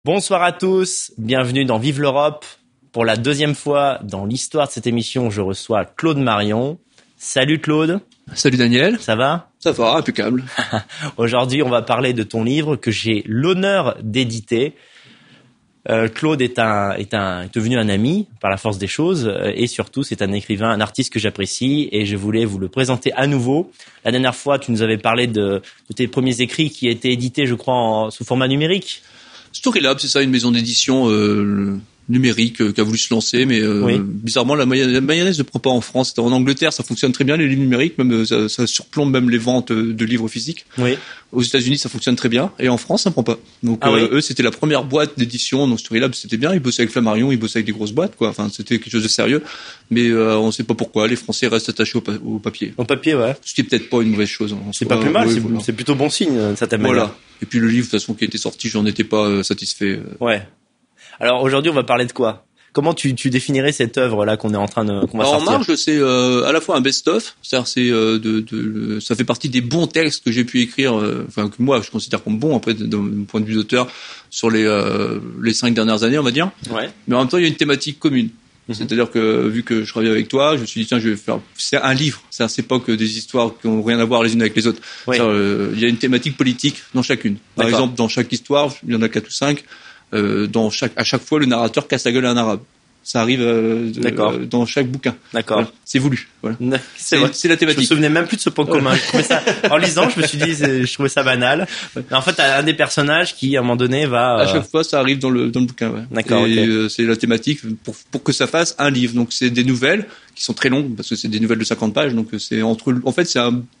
Bonsoir à tous, bienvenue dans Vive l'Europe. Pour la deuxième fois dans l'histoire de cette émission, je reçois Claude Marion. Salut Claude. Salut Daniel. Ça va ? Ça va, impeccable. Aujourd'hui, on va parler de ton livre que j'ai l'honneur d'éditer. Claude est devenu un ami par la force des choses et surtout c'est un écrivain, un artiste que j'apprécie et je voulais vous le présenter à nouveau. La dernière fois, tu nous avais parlé de tes premiers écrits qui étaient édités, je crois, sous format numérique. Storylab, c'est ça, une maison d'édition numérique qui a voulu se lancer, mais Oui. bizarrement la mayonnaise ne prend pas en France. En Angleterre, ça fonctionne très bien les livres numériques, même ça surplombe même les ventes de livres physiques. Oui. Aux États-Unis, ça fonctionne très bien, et en France, ça prend pas. Donc oui. eux, c'était la première boîte d'édition. Donc Storylab, c'était bien. Ils bossaient avec Flammarion, ils bossaient avec des grosses boîtes, quoi. Enfin, c'était quelque chose de sérieux. Mais on ne sait pas pourquoi les Français restent attachés au papier. Au papier, ouais. Ce qui est peut-être pas une mauvaise chose. C'est pas plus mal. Oui, c'est, voilà. c'est plutôt bon signe, d'une certaine manière. Voilà. Et puis le livre, de toute façon, qui a été sorti, j'en étais pas satisfait. Ouais. Alors aujourd'hui, on va parler de quoi ? Comment tu définirais cette œuvre là qu'on va sortir ? En marge, c'est à la fois un best-of, c'est-à-dire ça fait partie des bons textes que j'ai pu écrire, que moi je considère comme bons après d'un point de vue d'auteur sur les 5 dernières années, on va dire. Ouais. Mais en même temps, il y a une thématique commune. C'est-à-dire que vu que je travaille avec toi, je me suis dit tiens, je vais faire. C'est un livre. C'est pas que des histoires qui ont rien à voir les unes avec les autres. Oui. Il y a une thématique politique dans chacune. Par D'accord. exemple, dans chaque histoire, il y en a 4 ou 5. À chaque fois, le narrateur casse la gueule à un arabe. Ça arrive dans chaque bouquin. D'accord. Voilà. C'est voulu. Voilà. C'est vrai. C'est la Je me thématique. souvenais même plus de ce point commun. Je trouvais ça, en lisant, je me suis dit, je trouvais ça banal. Mais en fait, t'as un des personnages qui, à un moment donné, va. À chaque fois, ça arrive dans le bouquin. Ouais. D'accord, Et ok. c'est la thématique pour que ça fasse un livre. Donc c'est des nouvelles qui sont très longues parce que c'est des nouvelles de 50 pages. Donc c'est c'est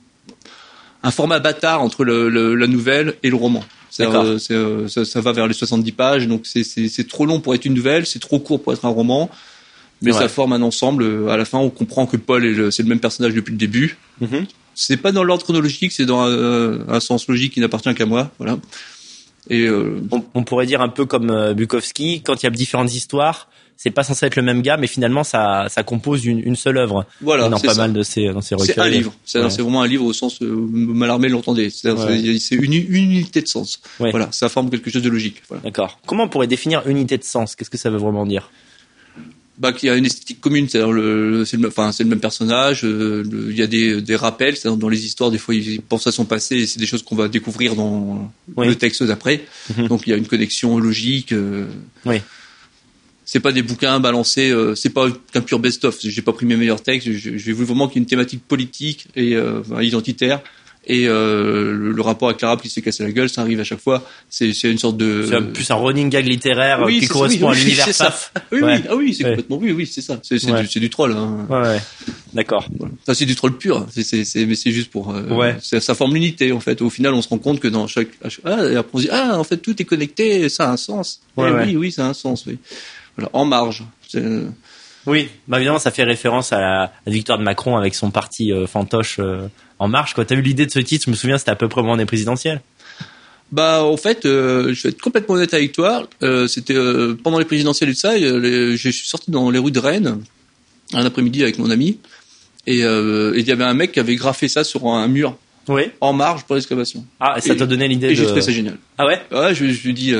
un format bâtard entre la nouvelle et le roman. Ça va vers les 70 pages, donc c'est trop long pour être une nouvelle, c'est trop court pour être un roman, mais Ouais. ça forme un ensemble. À la fin, on comprend que Paul c'est le même personnage depuis le début. Mhm. C'est pas dans l'ordre chronologique, c'est dans un sens logique qui n'appartient qu'à moi, voilà. Et On pourrait dire un peu comme Bukowski, quand il y a différentes histoires, c'est pas censé être le même gars, mais finalement, ça compose une seule œuvre. voilà, Dans c'est pas ça. mal dans ces recueils. C'est un livre. Ouais. C'est vraiment un livre au sens Mallarmé l'entendait. C'est une unité de sens. Ouais. Voilà, ça forme quelque chose de logique. Voilà. D'accord. Comment on pourrait définir unité de sens ? Qu'est-ce que ça veut vraiment dire ? Qu'il y a une esthétique commune, c'est-à-dire c'est le même personnage. Il y a des rappels, c'est-à-dire dans les histoires, des fois il pense à son passé et c'est des choses qu'on va découvrir dans Oui. le texte d'après. Mhm. Donc il y a une connexion logique. Oui. C'est pas des bouquins balancés, c'est pas qu'un pur best-of. J'ai pas pris mes meilleurs textes. J'ai voulu vraiment qu'il y ait une thématique politique et identitaire. Et le rapport avec l'arabe qui se fait casser la gueule, ça arrive à chaque fois. C'est une sorte de. C'est plus un running gag littéraire qui c'est ça, correspond à l'univers c'est ça. PAF. Oui, Ouais. oui, ah oui, c'est Ouais. complètement. Oui, c'est ça. C'est Ouais. du troll. Hein. Ouais. D'accord. Voilà. Ça, c'est du troll pur. Mais c'est juste pour. Ouais. Ça forme l'unité en fait. Au final, on se rend compte que dans chaque. Et après on se dit en fait tout est connecté, ça a un sens. Ouais, Eh ouais. Oui, ça a un sens. Oui. Voilà, en marge. Oui, évidemment, ça fait référence à la victoire de Macron avec son parti fantoche En Marche. Quand t'as eu l'idée de ce titre, je me souviens, c'était à peu près au moment des présidentielles. En fait, je vais être complètement honnête avec toi. C'était pendant les présidentielles et tout ça. Je suis sorti dans les rues de Rennes un après-midi avec mon ami et il y avait un mec qui avait graffé ça sur un mur Oui. en marge pour l'excavation. Ah, et ça t'a donné l'idée Et de... j'ai trouvé ça génial. Ah ouais? Ouais, je lui dis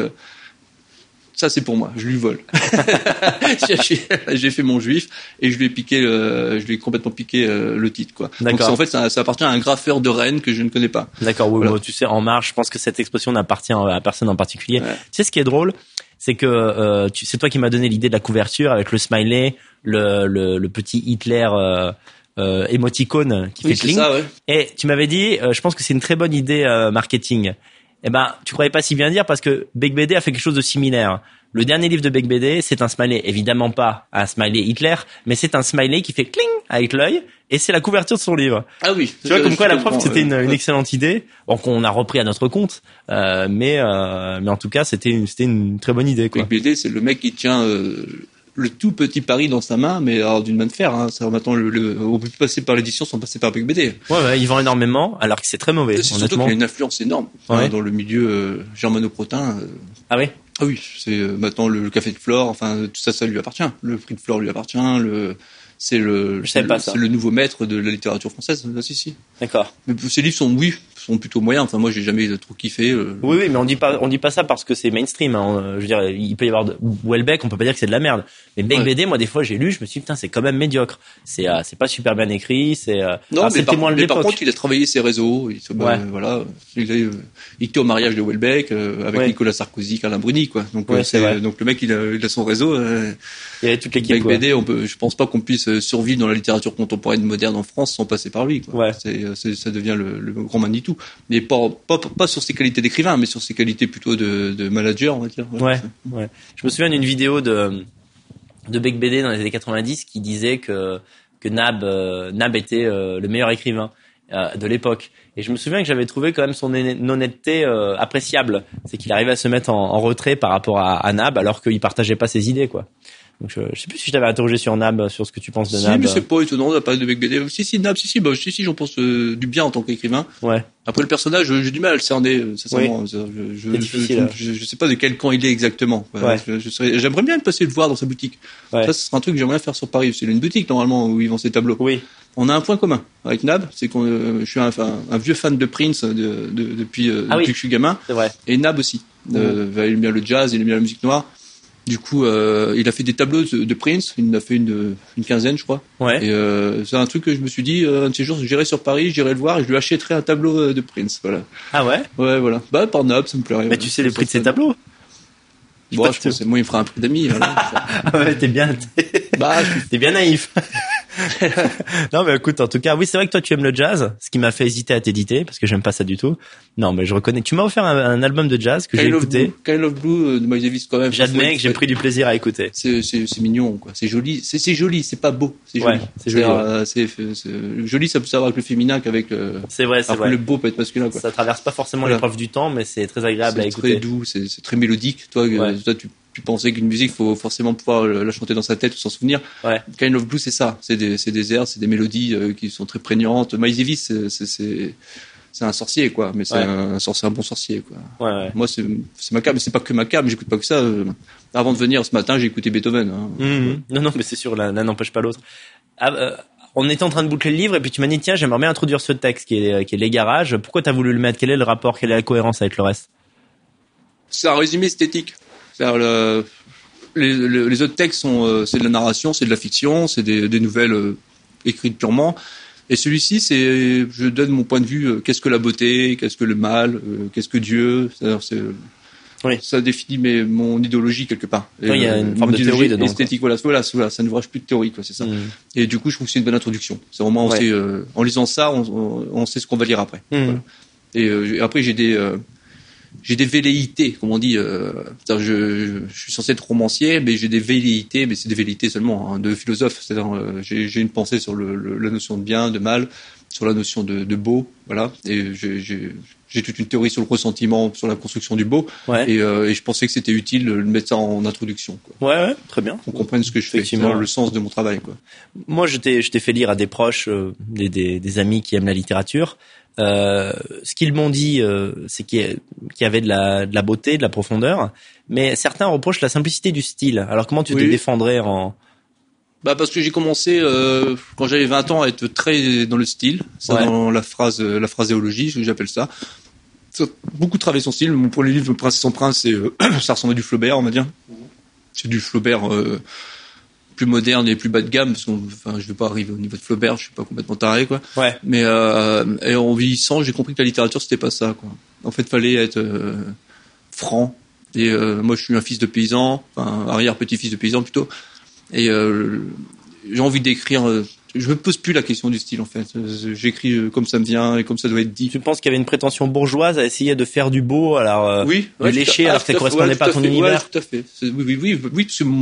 ça c'est pour moi, je lui vole. J'ai fait mon juif et je lui ai complètement piqué le titre quoi. D'accord. Donc en fait ça appartient à un graffeur de Rennes que je ne connais pas. D'accord, oui, Voilà. bon, tu sais, En Marche, je pense que cette expression n'appartient à personne en particulier. Ouais. Tu sais, ce qui est drôle, c'est que c'est toi qui m'as donné l'idée de la couverture avec le smiley, le petit Hitler émoticône qui Oui, fait c'est cling. ça, ouais. Et tu m'avais dit, je pense que c'est une très bonne idée marketing. Eh ben, tu croyais pas si bien dire parce que Beck BD a fait quelque chose de similaire. Le dernier livre de Beck BD, c'est un smiley, évidemment pas un smiley Hitler, mais c'est un smiley qui fait cling avec l'œil, et c'est la couverture de son livre. Ah oui. Tu vois, comme quoi la preuve comprends, que c'était une ouais. excellente idée, bon, qu'on a repris à notre compte, mais en tout cas c'était une très bonne idée, quoi. Beck BD, c'est le mec qui tient le tout petit Paris dans sa main, mais alors d'une main de fer. Hein. Ça, maintenant, on peut passer par l'édition sans passer par Beck BD. Ouais, il vend énormément, alors que c'est très mauvais, C'est surtout honnêtement. qu'il y a une influence énorme Ouais. dans le milieu germano-protin. Ah oui? Ah oui, c'est maintenant le café de Flore. Enfin, tout ça, ça lui appartient. Le prix de Flore lui appartient. c'est le nouveau maître de la littérature française. Là, si. D'accord. Mais ces livres sont plutôt moyens. Enfin, moi, j'ai jamais trop kiffé. Oui, mais on dit pas ça parce que c'est mainstream. Hein. Je veux dire, il peut y avoir Houellebecq, on peut pas dire que c'est de la merde. Mais Bec BD, moi, des fois, j'ai lu, je me suis dit, putain, c'est quand même médiocre. C'est pas super bien écrit. Non, mais par contre, il a travaillé ses réseaux. Voilà. Il était au mariage de Houellebecq avec Nicolas Sarkozy, Alain Bruni, quoi. Donc, donc le mec, il a son réseau. Il y avait toute l'équipe. Bec BD, je pense pas qu'on puisse survivre dans la littérature contemporaine moderne en France sans passer par lui, quoi. Ça devient le grand Manitou. Mais pas sur ses qualités d'écrivain, mais sur ses qualités plutôt de manager, on va dire. Ouais. Je me souviens d'une vidéo de Bec BD dans les années 90 qui disait que Nab était le meilleur écrivain de l'époque. Et je me souviens que j'avais trouvé quand même son honnêteté appréciable. C'est qu'il arrivait à se mettre en retrait par rapport à Nab alors qu'il partageait pas ses idées, quoi. Donc je sais plus si je t'avais interrogé sur Nab, sur ce que tu penses de Nab. Si, mais c'est pas étonnant de parler de Bec BD. Nab, j'en pense du bien en tant qu'écrivain. Ouais. Après le personnage, j'ai du mal à le cerner, sincèrement. Je sais pas de quel camp il est exactement. Ouais. J'aimerais bien passer le voir dans sa boutique. Ouais. Ça, ce serait un truc que j'aimerais faire sur Paris. C'est une boutique normalement où ils vendent ses tableaux. Oui. On a un point commun avec Nab, c'est je suis un vieux fan de Prince depuis que je suis gamin. C'est vrai. Et Nab aussi. Il aime bien le jazz, il aime bien la musique noire. Du coup, il a fait des tableaux de Prince. Il en a fait une quinzaine, je crois. Ouais. Et c'est un truc que je me suis dit, un de ces jours, j'irai sur Paris, j'irai le voir et je lui achèterai un tableau de Prince. Voilà. Ah ouais. Ouais, voilà. Par Nab, ça me plairait. Mais tu sais les prix de ces tableaux? Bon, je pense que moi, il me fera un prix d'amis. Voilà. Ah ouais, t'es bien naïf. Non, mais écoute, en tout cas, oui, c'est vrai que toi, tu aimes le jazz, ce qui m'a fait hésiter à t'éditer, parce que j'aime pas ça du tout. Non, mais je reconnais. Tu m'as offert un album de jazz que j'ai écouté. Kind of Blue de Miles Davis, quand même. J'admets que j'ai pris du plaisir à écouter. C'est mignon, quoi. C'est joli. C'est joli, c'est pas beau. C'est joli. Ouais, c'est joli. Joli, ça peut savoir avec le féminin qu'avec c'est vrai. Le beau peut être masculin, quoi. Ça traverse pas forcément l'épreuve du temps, mais c'est très agréable à écouter. C'est très doux, c'est très mélodique. Toi, tu pensais qu'une musique, faut forcément pouvoir la chanter dans sa tête ou s'en souvenir. Ouais. Kind of Blue, c'est ça. C'est des airs, c'est des mélodies qui sont très prégnantes. Miles Davis, c'est un sorcier, quoi. Mais c'est un bon sorcier, quoi. Ouais. Moi, c'est ma came, mais c'est pas que ma came. J'écoute pas que ça. Avant de venir ce matin, j'ai écouté Beethoven. Hein. Non, mais c'est sûr, l'un n'empêche pas l'autre. On était en train de boucler le livre et puis tu m'as dit, tiens, j'aimerais bien introduire ce texte qui est Les Garages. Pourquoi t'as voulu le mettre? Quel est le rapport? Quelle est la cohérence avec le reste? C'est un résumé esthétique. C'est-à-dire les autres textes c'est de la narration, c'est de la fiction, c'est des nouvelles écrites purement. Et celui-ci, je donne mon point de vue. Qu'est-ce que la beauté? Qu'est-ce que le mal? Qu'est-ce que Dieu? Ça définit mon idéologie quelque part. Il y a une forme de théorie dedans. Esthétique, voilà, ça ne voit plus de théorie, quoi, c'est ça. Et du coup, je trouve que c'est une bonne introduction. C'est vraiment, en lisant ça, on sait ce qu'on va lire après. Voilà. Et après, j'ai des velléités, comme on dit. Je suis censé être romancier, mais j'ai des velléités, mais c'est des velléités seulement, de philosophe. C'est-à-dire, j'ai une pensée sur la notion de bien, de mal, sur la notion de beau, voilà. Et j'ai toute une théorie sur le ressentiment, sur la construction du beau. Ouais. Et je pensais que c'était utile de mettre ça en introduction, quoi. Ouais, très bien. Qu'on comprenne ce que je fais, le sens de mon travail, quoi. Moi, je t'ai fait lire à des proches, des amis qui aiment la littérature. Ce qu'ils m'ont dit, c'est qu'il y avait de la beauté, de la profondeur, mais certains reprochent la simplicité du style. Alors comment tu te défendrais en... Parce que j'ai commencé quand j'avais 20 ans à être très dans le style, dans la phraséologie, ce que j'appelle ça. Beaucoup travaillé son style. Pour les livres, Le Prince et son Prince, ça ressemble à du Flaubert, on va dire. C'est du Flaubert plus moderne et plus bas de gamme, parce je vais pas arriver au niveau de Flaubert, je suis pas complètement taré, quoi. Ouais. Mais et en vieillissant, j'ai compris que la littérature c'était pas ça, quoi. En fait, fallait être franc. Et moi, je suis un fils de paysan, arrière-petit-fils de paysan plutôt. Et j'ai envie d'écrire. Je me pose plus la question du style, en fait. J'écris comme ça me vient et comme ça doit être dit. Tu penses qu'il y avait une prétention bourgeoise à essayer de faire du beau, alors de lécher, alors que ça correspondait pas à ton univers? Ouais, tout à fait. Oui, parce que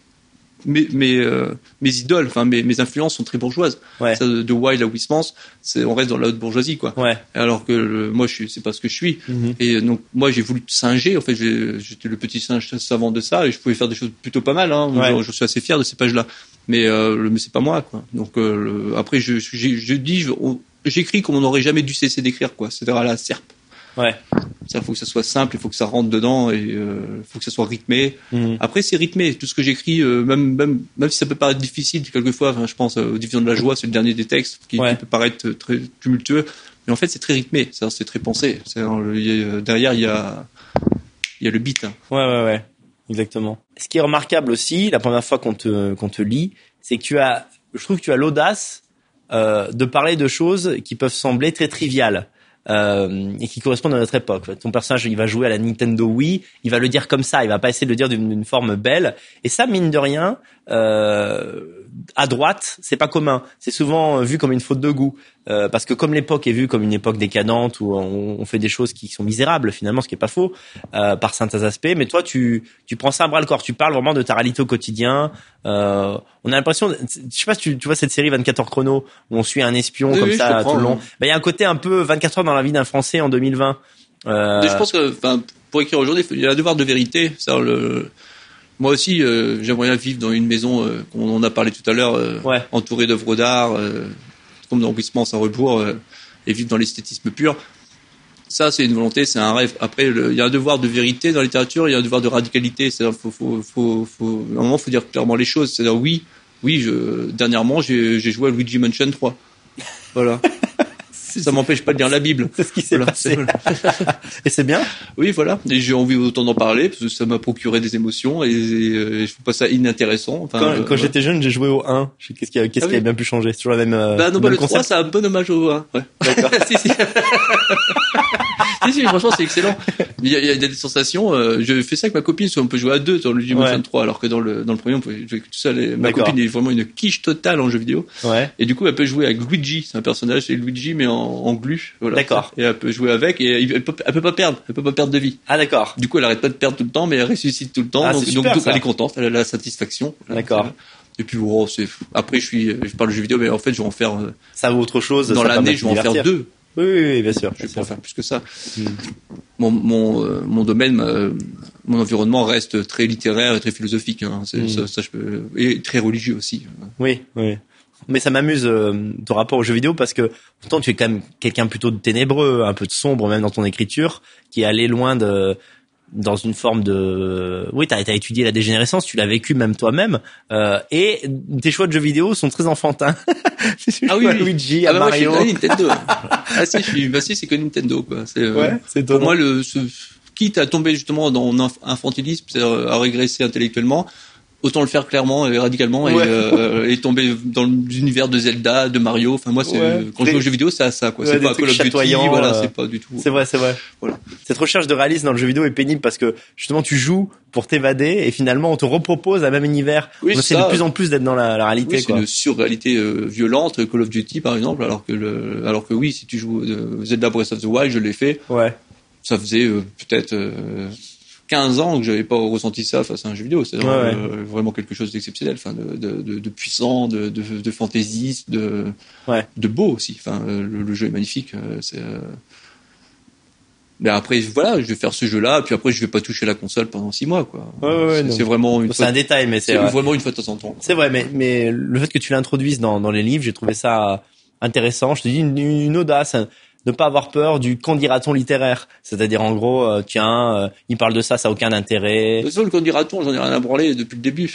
mes idoles, enfin mes influences sont très bourgeoises. Ouais. Ça, de Wilde à Huysmans, on reste dans la haute bourgeoisie, quoi. Ouais. Alors que moi, c'est pas ce que je suis. Et donc moi, j'ai voulu singer. En fait, j'étais le petit singe savant de ça, et je pouvais faire des choses plutôt pas mal. Hein. Ouais. Je suis assez fier de ces pages-là. Mais c'est pas moi, quoi. Donc après, j'écris comme on n'aurait jamais dû cesser d'écrire, quoi. C'est-à-dire à la serpe. Ouais. Ça, faut que ça soit simple, il faut que ça rentre dedans et faut que ça soit rythmé. Après, c'est rythmé. Tout ce que j'écris, même si ça peut paraître difficile quelquefois, je pense aux Divisions de la joie, c'est le dernier des textes qui peut paraître très tumultueux, mais en fait, c'est très rythmé. C'est très pensé. Derrière, il y a le beat. Hein. Ouais. Exactement. Ce qui est remarquable aussi, la première fois qu'on te lit, c'est que je trouve que tu as l'audace de parler de choses qui peuvent sembler très triviales. Et qui correspondent à notre époque. Ton personnage, il va jouer à la Nintendo Wii, il va le dire comme ça, il va pas essayer de le dire d'une forme belle. Et ça, mine de rien, à droite, c'est pas commun. C'est souvent vu comme une faute de goût, parce que comme l'époque est vue comme une époque décadente où on fait des choses qui sont misérables finalement, ce qui est pas faux par certains aspects. Mais toi, tu prends ça à bras le corps. Tu parles vraiment de ta réalité au quotidien. On a l'impression, je sais pas si tu vois cette série 24 heures chrono où on suit un espion comme ça tout le long. Il y a un côté un peu 24 heures dans la vie d'un Français en 2020. Je pense que, pour écrire aujourd'hui, il y a un devoir de vérité. Moi aussi, j'aimerais bien vivre dans une maison, comme on en a parlé tout à l'heure, entourée d'œuvres d'art, comme dans Wissmans à rebours, et vivre dans l'esthétisme pur. Ça, c'est une volonté, c'est un rêve. Après, il y a un devoir de vérité dans la littérature, il y a un devoir de radicalité. C'est-à-dire, à un moment, faut dire clairement les choses. C'est-à-dire, oui, dernièrement, j'ai joué à Luigi Mansion 3. Voilà. Ça m'empêche pas de lire la Bible. C'est ce qui s'est passé. Et c'est bien. Oui, voilà. Et j'ai envie autant d'en parler parce que ça m'a procuré des émotions et je trouve pas ça inintéressant. Quand j'étais jeune, j'ai joué au 1. Qu'est-ce qui a bien pu changer? C'est toujours la même. Le 3, c'est un bon hommage au 1. Ouais. D'accord. si, franchement, c'est excellent. Il y a des sensations. Je fais ça avec ma copine, on peut jouer à deux dans le Luigi Mansion 3, alors que dans le premier, on peut jouer tout seul. Et ma copine est vraiment une quiche totale en jeu vidéo. Ouais. Et du coup, elle peut jouer avec Luigi. C'est un personnage, c'est Luigi, mais en glu. Voilà. D'accord. Et elle peut jouer avec et elle peut pas perdre. Elle peut pas perdre de vie. Ah, d'accord. Du coup, elle arrête pas de perdre tout le temps, mais elle ressuscite tout le temps. Donc elle est contente. Elle a la satisfaction. D'accord. Et puis, après, je parle de jeux vidéo, mais en fait, je vais en faire, ça vaut autre chose. Dans l'année, je vais en faire 2. Oui, bien sûr. Je vais pas en faire plus que ça. Mon domaine, mon environnement reste très littéraire et très philosophique, hein. Ça, je peux, et très religieux aussi. Oui. Mais ça m'amuse ton rapport aux jeux vidéo parce que pourtant tu es quand même quelqu'un plutôt de ténébreux, un peu de sombre même dans ton écriture, qui est allé loin dans une forme de... Oui, t'as étudié la dégénérescence, tu l'as vécu même toi-même, et tes choix de jeux vidéo sont très enfantins. Ah oui, Luigi, à Mario. Moi, je suis Nintendo. C'est que Nintendo, quoi. C'est étonnant. Pour moi, quitte à tomber justement dans infantilisme, c'est-à-dire à régresser intellectuellement, autant le faire clairement et radicalement et tomber dans l'univers de Zelda, de Mario. Enfin moi, quand je joue aux jeux vidéo, c'est à ça, quoi. C'est pas Call of Duty, voilà, c'est pas du tout. C'est vrai. Voilà. Cette recherche de réalisme dans le jeu vidéo est pénible parce que justement tu joues pour t'évader et finalement on te repropose un même univers. On essaie de plus en plus d'être dans la réalité. Oui, c'est une surréalité violente. Call of Duty par exemple, alors que oui, si tu joues Zelda Breath of the Wild, je l'ai fait. Ouais. Ça faisait peut-être 15 ans que j'avais pas ressenti ça face à un jeu vidéo. C'est vraiment quelque chose d'exceptionnel, enfin de puissant, de fantaisiste, de beau aussi. Enfin, le jeu est magnifique. Mais après, voilà, je vais faire ce jeu-là, puis après, je vais pas toucher la console pendant 6 mois, quoi. C'est vraiment c'est un détail, mais c'est vraiment une fois de temps en temps. C'est vrai, mais le fait que tu l'introduises dans les livres, j'ai trouvé ça intéressant. Je te dis une audace. Ne pas avoir peur du qu'en dira-t-on littéraire. C'est-à-dire, en gros, il parle de ça, ça a aucun intérêt. De toute façon, le qu'en dira-t-on, j'en ai rien à branler depuis le début.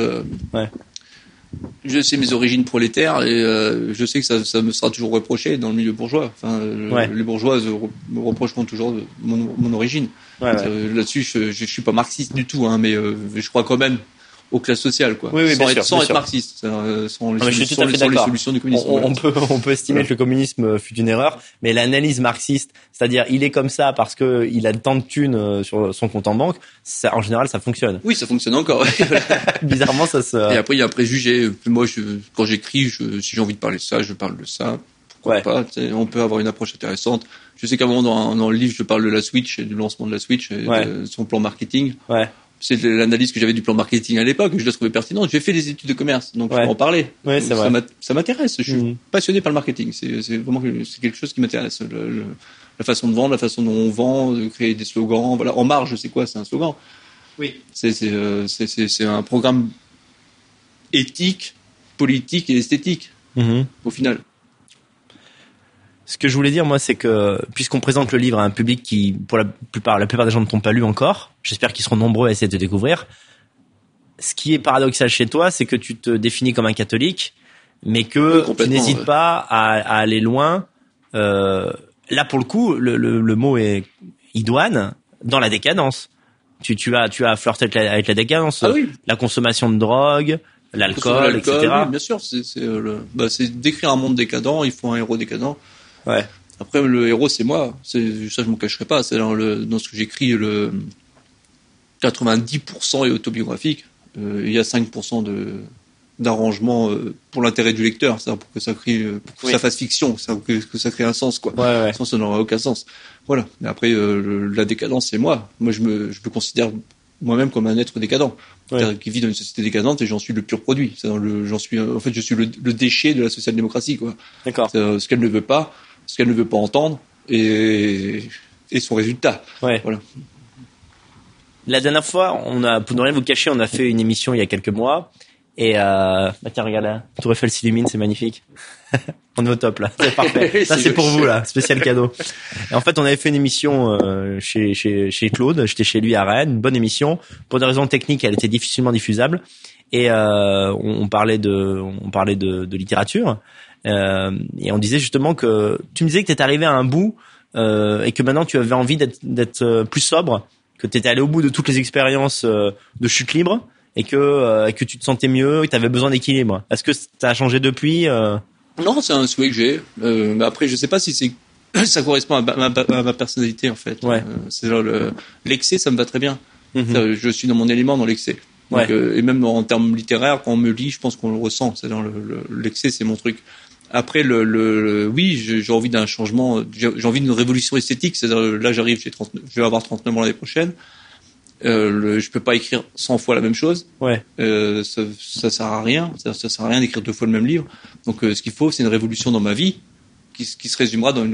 Je sais mes origines prolétaires et je sais que ça me sera toujours reproché dans le milieu bourgeois. Enfin, les bourgeois me reprocheront toujours mon origine. Là-dessus, je suis pas marxiste du tout, hein, mais je crois quand même aux classes sociales, quoi. Sans être marxiste, sans les solutions du communisme. On peut estimer que le communisme fut une erreur, mais l'analyse marxiste, c'est-à-dire il est comme ça parce que il a tant de thunes sur son compte en banque, ça, en général, ça fonctionne. Oui, ça fonctionne encore. Bizarrement, ça se... Et après, il y a un préjugé. Moi, quand j'écris, si j'ai envie de parler de ça, je parle de ça. Pourquoi pas? On peut avoir une approche intéressante. Je sais qu'à un moment dans le livre, je parle de la Switch et du lancement de la Switch et de son plan marketing. C'est l'analyse que j'avais du plan marketing à l'époque, je la trouvais pertinente. J'ai fait des études de commerce, donc je peux en parler. Ouais, c'est vrai. Ça m'intéresse. Je suis passionné par le marketing. C'est vraiment quelque chose qui m'intéresse. La façon de vendre, la façon dont on vend, de créer des slogans. Voilà. En marge, c'est quoi? C'est un slogan. Oui. C'est un programme éthique, politique et esthétique, au final. Ce que je voulais dire, moi, c'est que puisqu'on présente le livre à un public qui, pour la plupart des gens ne t'ont pas lu encore, j'espère qu'ils seront nombreux à essayer de te découvrir. Ce qui est paradoxal chez toi, c'est que tu te définis comme un catholique, mais que tu n'hésites pas à aller loin. Là, pour le coup, le mot est idoine dans la décadence. Tu as flirté avec la décadence, la consommation de drogue, l'alcool, etc. Oui, bien sûr, c'est décrire un monde décadent. Il faut un héros décadent. Ouais. Après, le héros, c'est moi. Ça, je m'en cacherai pas. C'est dans ce que j'écris, 90% est autobiographique. Il y a 5% d'arrangement pour l'intérêt du lecteur, c'est-à-dire pour que ça crée, pour que ça fasse fiction, que ça crée un sens, quoi. Ouais. Sinon, ça n'aurait aucun sens. Voilà. Mais après, la décadence, c'est moi. Moi, je me considère moi-même comme un être décadent, qui vit dans une société décadente, et j'en suis le pur produit. Je suis le déchet de la social-démocratie, quoi. D'accord. Ce qu'elle ne veut pas entendre, et son résultat. Ouais. Voilà. La dernière fois, pour ne rien vous cacher, on a fait une émission il y a quelques mois. Et tiens, regarde là, Tour Eiffel s'illumine, c'est magnifique. On est au top là, c'est parfait. Ça c'est pour vous là, spécial cadeau. Et en fait, on avait fait une émission chez Claude, j'étais chez lui à Rennes, une bonne émission. Pour des raisons techniques, elle était difficilement diffusable. Et on parlait de littérature. Et on disait justement que tu me disais que t'étais arrivé à un bout et que maintenant tu avais envie d'être plus sobre, que t'étais allé au bout de toutes les expériences de chute libre. Et que tu te sentais mieux, et que tu avais besoin d'équilibre. Est-ce que ça a changé depuis Non, c'est un souhait que j'ai. Mais après, je sais pas si ça correspond à ma personnalité en fait. Ouais. C'est genre l'excès, ça me va très bien. Mm-hmm. Je suis dans mon élément dans l'excès. Donc, et même en termes littéraires, quand on me lit, je pense qu'on le ressent. C'est dans l'excès, c'est mon truc. Après, oui, j'ai envie d'un changement. J'ai envie d'une révolution esthétique. C'est-à-dire, là, j'arrive, je vais avoir 39 ans l'année prochaine. Je peux pas écrire 100 fois la même chose. Ouais. Ça sert à rien. Ça sert à rien d'écrire 2 fois le même livre. Donc, ce qu'il faut, c'est une révolution dans ma vie qui se résumera dans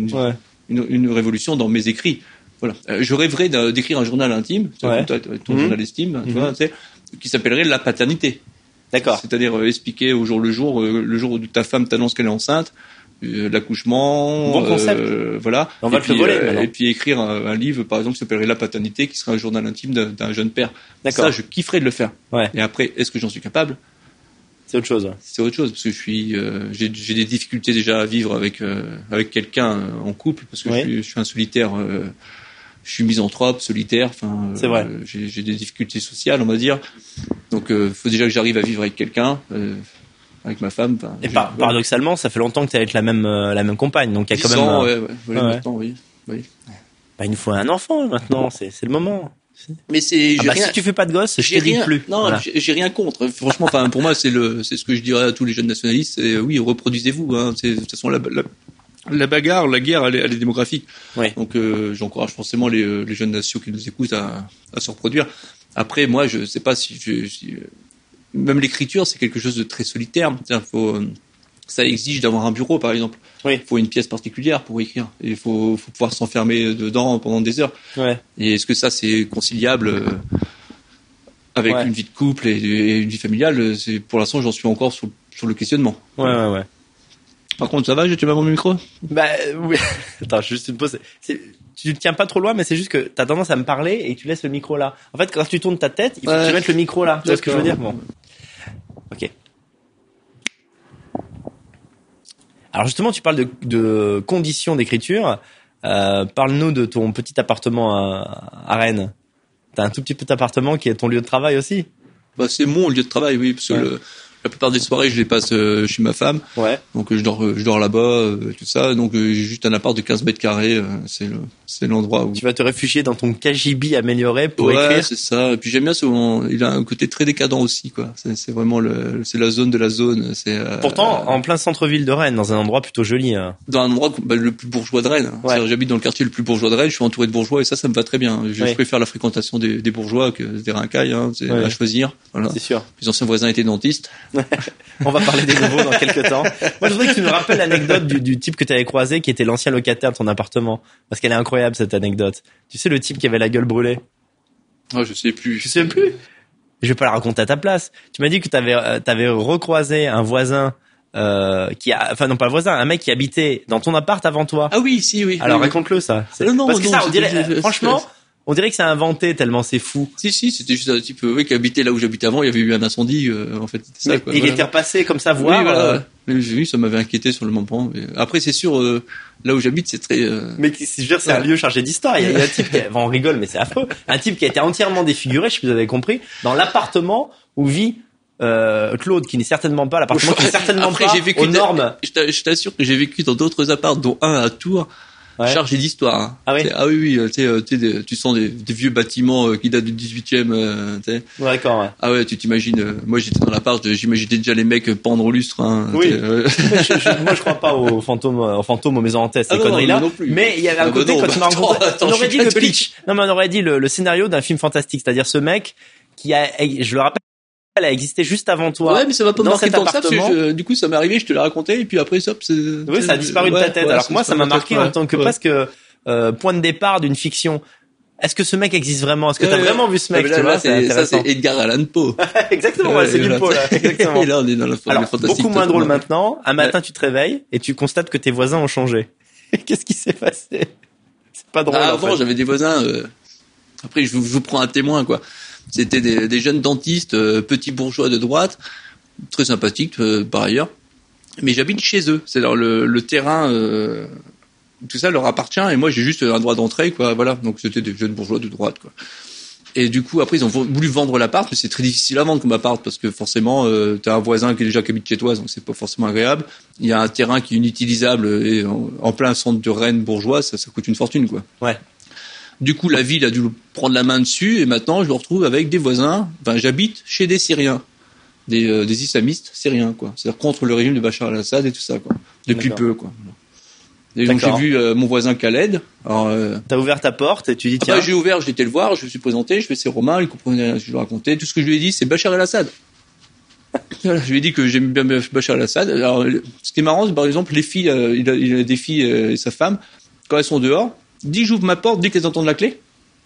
une révolution dans mes écrits. Voilà. Je rêverais d'écrire un journal intime, ton journal estime, tu vois, qui s'appellerait La Paternité. D'accord. C'est-à-dire expliquer au jour le jour où ta femme t'annonce qu'elle est enceinte, l'accouchement, bon concept. voilà. On va te le voler maintenant. Et puis écrire un livre, par exemple, qui s'appellerait La Paternité, qui serait un journal intime d'un jeune père. D'accord. Ça, je kifferais de le faire. Ouais. Et après, est-ce que j'en suis capable? C'est autre chose. C'est autre chose, parce que j'ai des difficultés déjà à vivre avec quelqu'un en couple, parce que je suis un solitaire. Je suis misanthrope, solitaire. Enfin, c'est vrai. J'ai des difficultés sociales, on va dire. Donc, faut déjà que j'arrive à vivre avec quelqu'un. Avec ma femme. Et paradoxalement, ça fait longtemps que tu es avec la même compagne, donc il y a quand même. Maintenant, oui. Bah, il nous faut un enfant maintenant, c'est le moment. Mais si tu fais pas de gosse, je te dis plus. Non, voilà. J'ai rien contre. Franchement, pour moi, c'est ce que je dirais à tous les jeunes nationalistes. C'est oui, reproduisez-vous. Hein. De toute façon, la bagarre, la guerre, elle est démographique. Ouais. Donc, j'encourage forcément les jeunes nations qui nous écoutent à se reproduire. Après, moi, je sais pas si même l'écriture, c'est quelque chose de très solitaire. Ça exige d'avoir un bureau, par exemple. Oui. Il faut une pièce particulière pour écrire. Et il faut pouvoir s'enfermer dedans pendant des heures. Ouais. Et est-ce que ça, c'est conciliable avec une vie de couple et une vie familiale? Pour l'instant, j'en suis encore sur le questionnement. Ouais. Par contre, ça va, je tiens pas mon micro? Bah, oui. Attends, juste une pause. Tu te tiens pas trop loin, mais c'est juste que t'as tendance à me parler et tu laisses le micro là. En fait, quand tu tournes ta tête, il faut que tu mettes le micro là. Tu vois ce que je veux dire? Bon. Ok. Alors justement, tu parles de conditions d'écriture. Parle-nous de ton petit appartement à Rennes. T'as un tout petit appartement qui est ton lieu de travail aussi? Bah, c'est mon lieu de travail, oui, parce que la plupart des soirées, je les passe chez ma femme. Ouais. Donc je dors là-bas, tout ça. Donc j'ai juste un appart de 15 mètres carrés. C'est l'endroit où tu vas te réfugier dans ton KGB amélioré pour écrire. Ouais, c'est ça. Et puis j'aime bien il a un côté très décadent aussi, quoi. C'est vraiment c'est la zone de la zone. Pourtant, en plein centre-ville de Rennes, dans un endroit plutôt joli. Dans un endroit le plus bourgeois de Rennes. Ouais. J'habite dans le quartier le plus bourgeois de Rennes. Je suis entouré de bourgeois et ça me va très bien. Je préfère la fréquentation des bourgeois que des rincailles. Hein. C'est à choisir. Voilà. C'est sûr. Mes anciens voisins étaient dentistes. On va parler des nouveaux dans quelques temps. Moi, je voudrais que tu me rappelles l'anecdote du type que tu avais croisé, qui était l'ancien locataire de ton appartement. Parce qu'elle est incroyable, cette anecdote. Tu sais, le type qui avait la gueule brûlée? Ah, je sais plus. Tu sais plus? Je vais pas la raconter à ta place. Tu m'as dit que t'avais recroisé un voisin, non pas le voisin, un mec qui habitait dans ton appart avant toi. Ah oui, si, oui. Alors oui, raconte-le ça. Non, Parce que non, ça, on dirait, franchement, on dirait que c'est inventé tellement c'est fou. Si, c'était juste un type qui habitait là où j'habitais avant. Il y avait eu un incendie. En fait, c'était ça. Quoi, il était repassé comme ça voir. Oui, voilà. Mais j'ai vu, ça m'avait inquiété sur le moment. Mais après, c'est sûr, là où j'habite, c'est très. Mais je veux dire, c'est un lieu chargé d'histoire. Il y a un type on rigole, mais c'est affreux. Un type qui a été entièrement défiguré. Je sais pas si vous avez compris, dans l'appartement où vit Claude, qui n'est certainement pas l'appartement, qui n'est certainement après, pas j'ai vécu aux normes. Je t'assure que j'ai vécu dans d'autres apparts, dont un à Tours. Ouais. Chargé d'histoire. Hein. Ah oui. Ah oui, tu sens des vieux bâtiments qui datent du 18e. Ouais, d'accord. Ouais. Ah ouais, tu t'imagines. Moi, j'étais dans l'appart, j'imaginais déjà les mecs pendre au lustre. Hein, oui. Moi, je crois pas aux fantômes, aux maisons hantées, ces conneries-là. Mais il y avait un côté quand tu m'as rencontré, on aurait dit le pitch. Non, mais on aurait dit le scénario d'un film fantastique, c'est-à-dire ce mec qui a, je le rappelle, elle a existé juste avant toi. Ouais, mais ça va pas me marquer tant que ça, parce que du coup, ça m'est arrivé, je te l'ai raconté, et puis après, ça, oui, ça a disparu de ta tête. Alors que moi, ça m'a marqué en tant que presque, point de départ d'une fiction. Est-ce que ce mec existe vraiment? Est-ce que t'as vraiment vu ce mec? Tu vois, ça, c'est Edgar Allan Poe. Exactement, ouais, c'est du Poe, là. Exactement. Et là, on est dans la forme fantastique. Beaucoup moins drôle maintenant. Un matin, tu te réveilles, et tu constates que tes voisins ont changé. Qu'est-ce qui s'est passé? C'est pas drôle. Avant, j'avais des voisins, après, je vous prends un témoin, quoi. C'était des jeunes dentistes, petits bourgeois de droite, très sympathiques par ailleurs. Mais j'habite chez eux. C'est-à-dire le terrain, tout ça leur appartient et moi j'ai juste un droit d'entrée, quoi. Voilà. Donc c'était des jeunes bourgeois de droite, quoi. Et du coup après ils ont voulu vendre l'appart, mais c'est très difficile à vendre comme appart parce que forcément t'as un voisin qui habite chez toi, donc c'est pas forcément agréable. Il y a un terrain qui est inutilisable et en plein centre de Rennes bourgeois, ça coûte une fortune, quoi. Ouais. Du coup, la ville a dû prendre la main dessus et maintenant, je me retrouve avec des voisins. Enfin, j'habite chez des Syriens, des islamistes syriens, quoi. C'est-à-dire contre le régime de Bachar al-Assad et tout ça, quoi. Depuis peu, quoi. Et donc j'ai vu mon voisin Khaled. Alors, t'as ouvert ta porte et tu dis tiens. J'ai ouvert, j'ai été le voir, je me suis présenté, je fais c'est Romain, il comprenait ce que je lui racontais. Tout ce que je lui ai dit, c'est Bachar al-Assad. Voilà, je lui ai dit que j'aime bien Bachar al-Assad. Alors, ce qui est marrant, c'est par exemple les filles, il a des filles et sa femme, quand elles sont dehors. Dès que j'ouvre ma porte, dès qu'elles entendent la clé,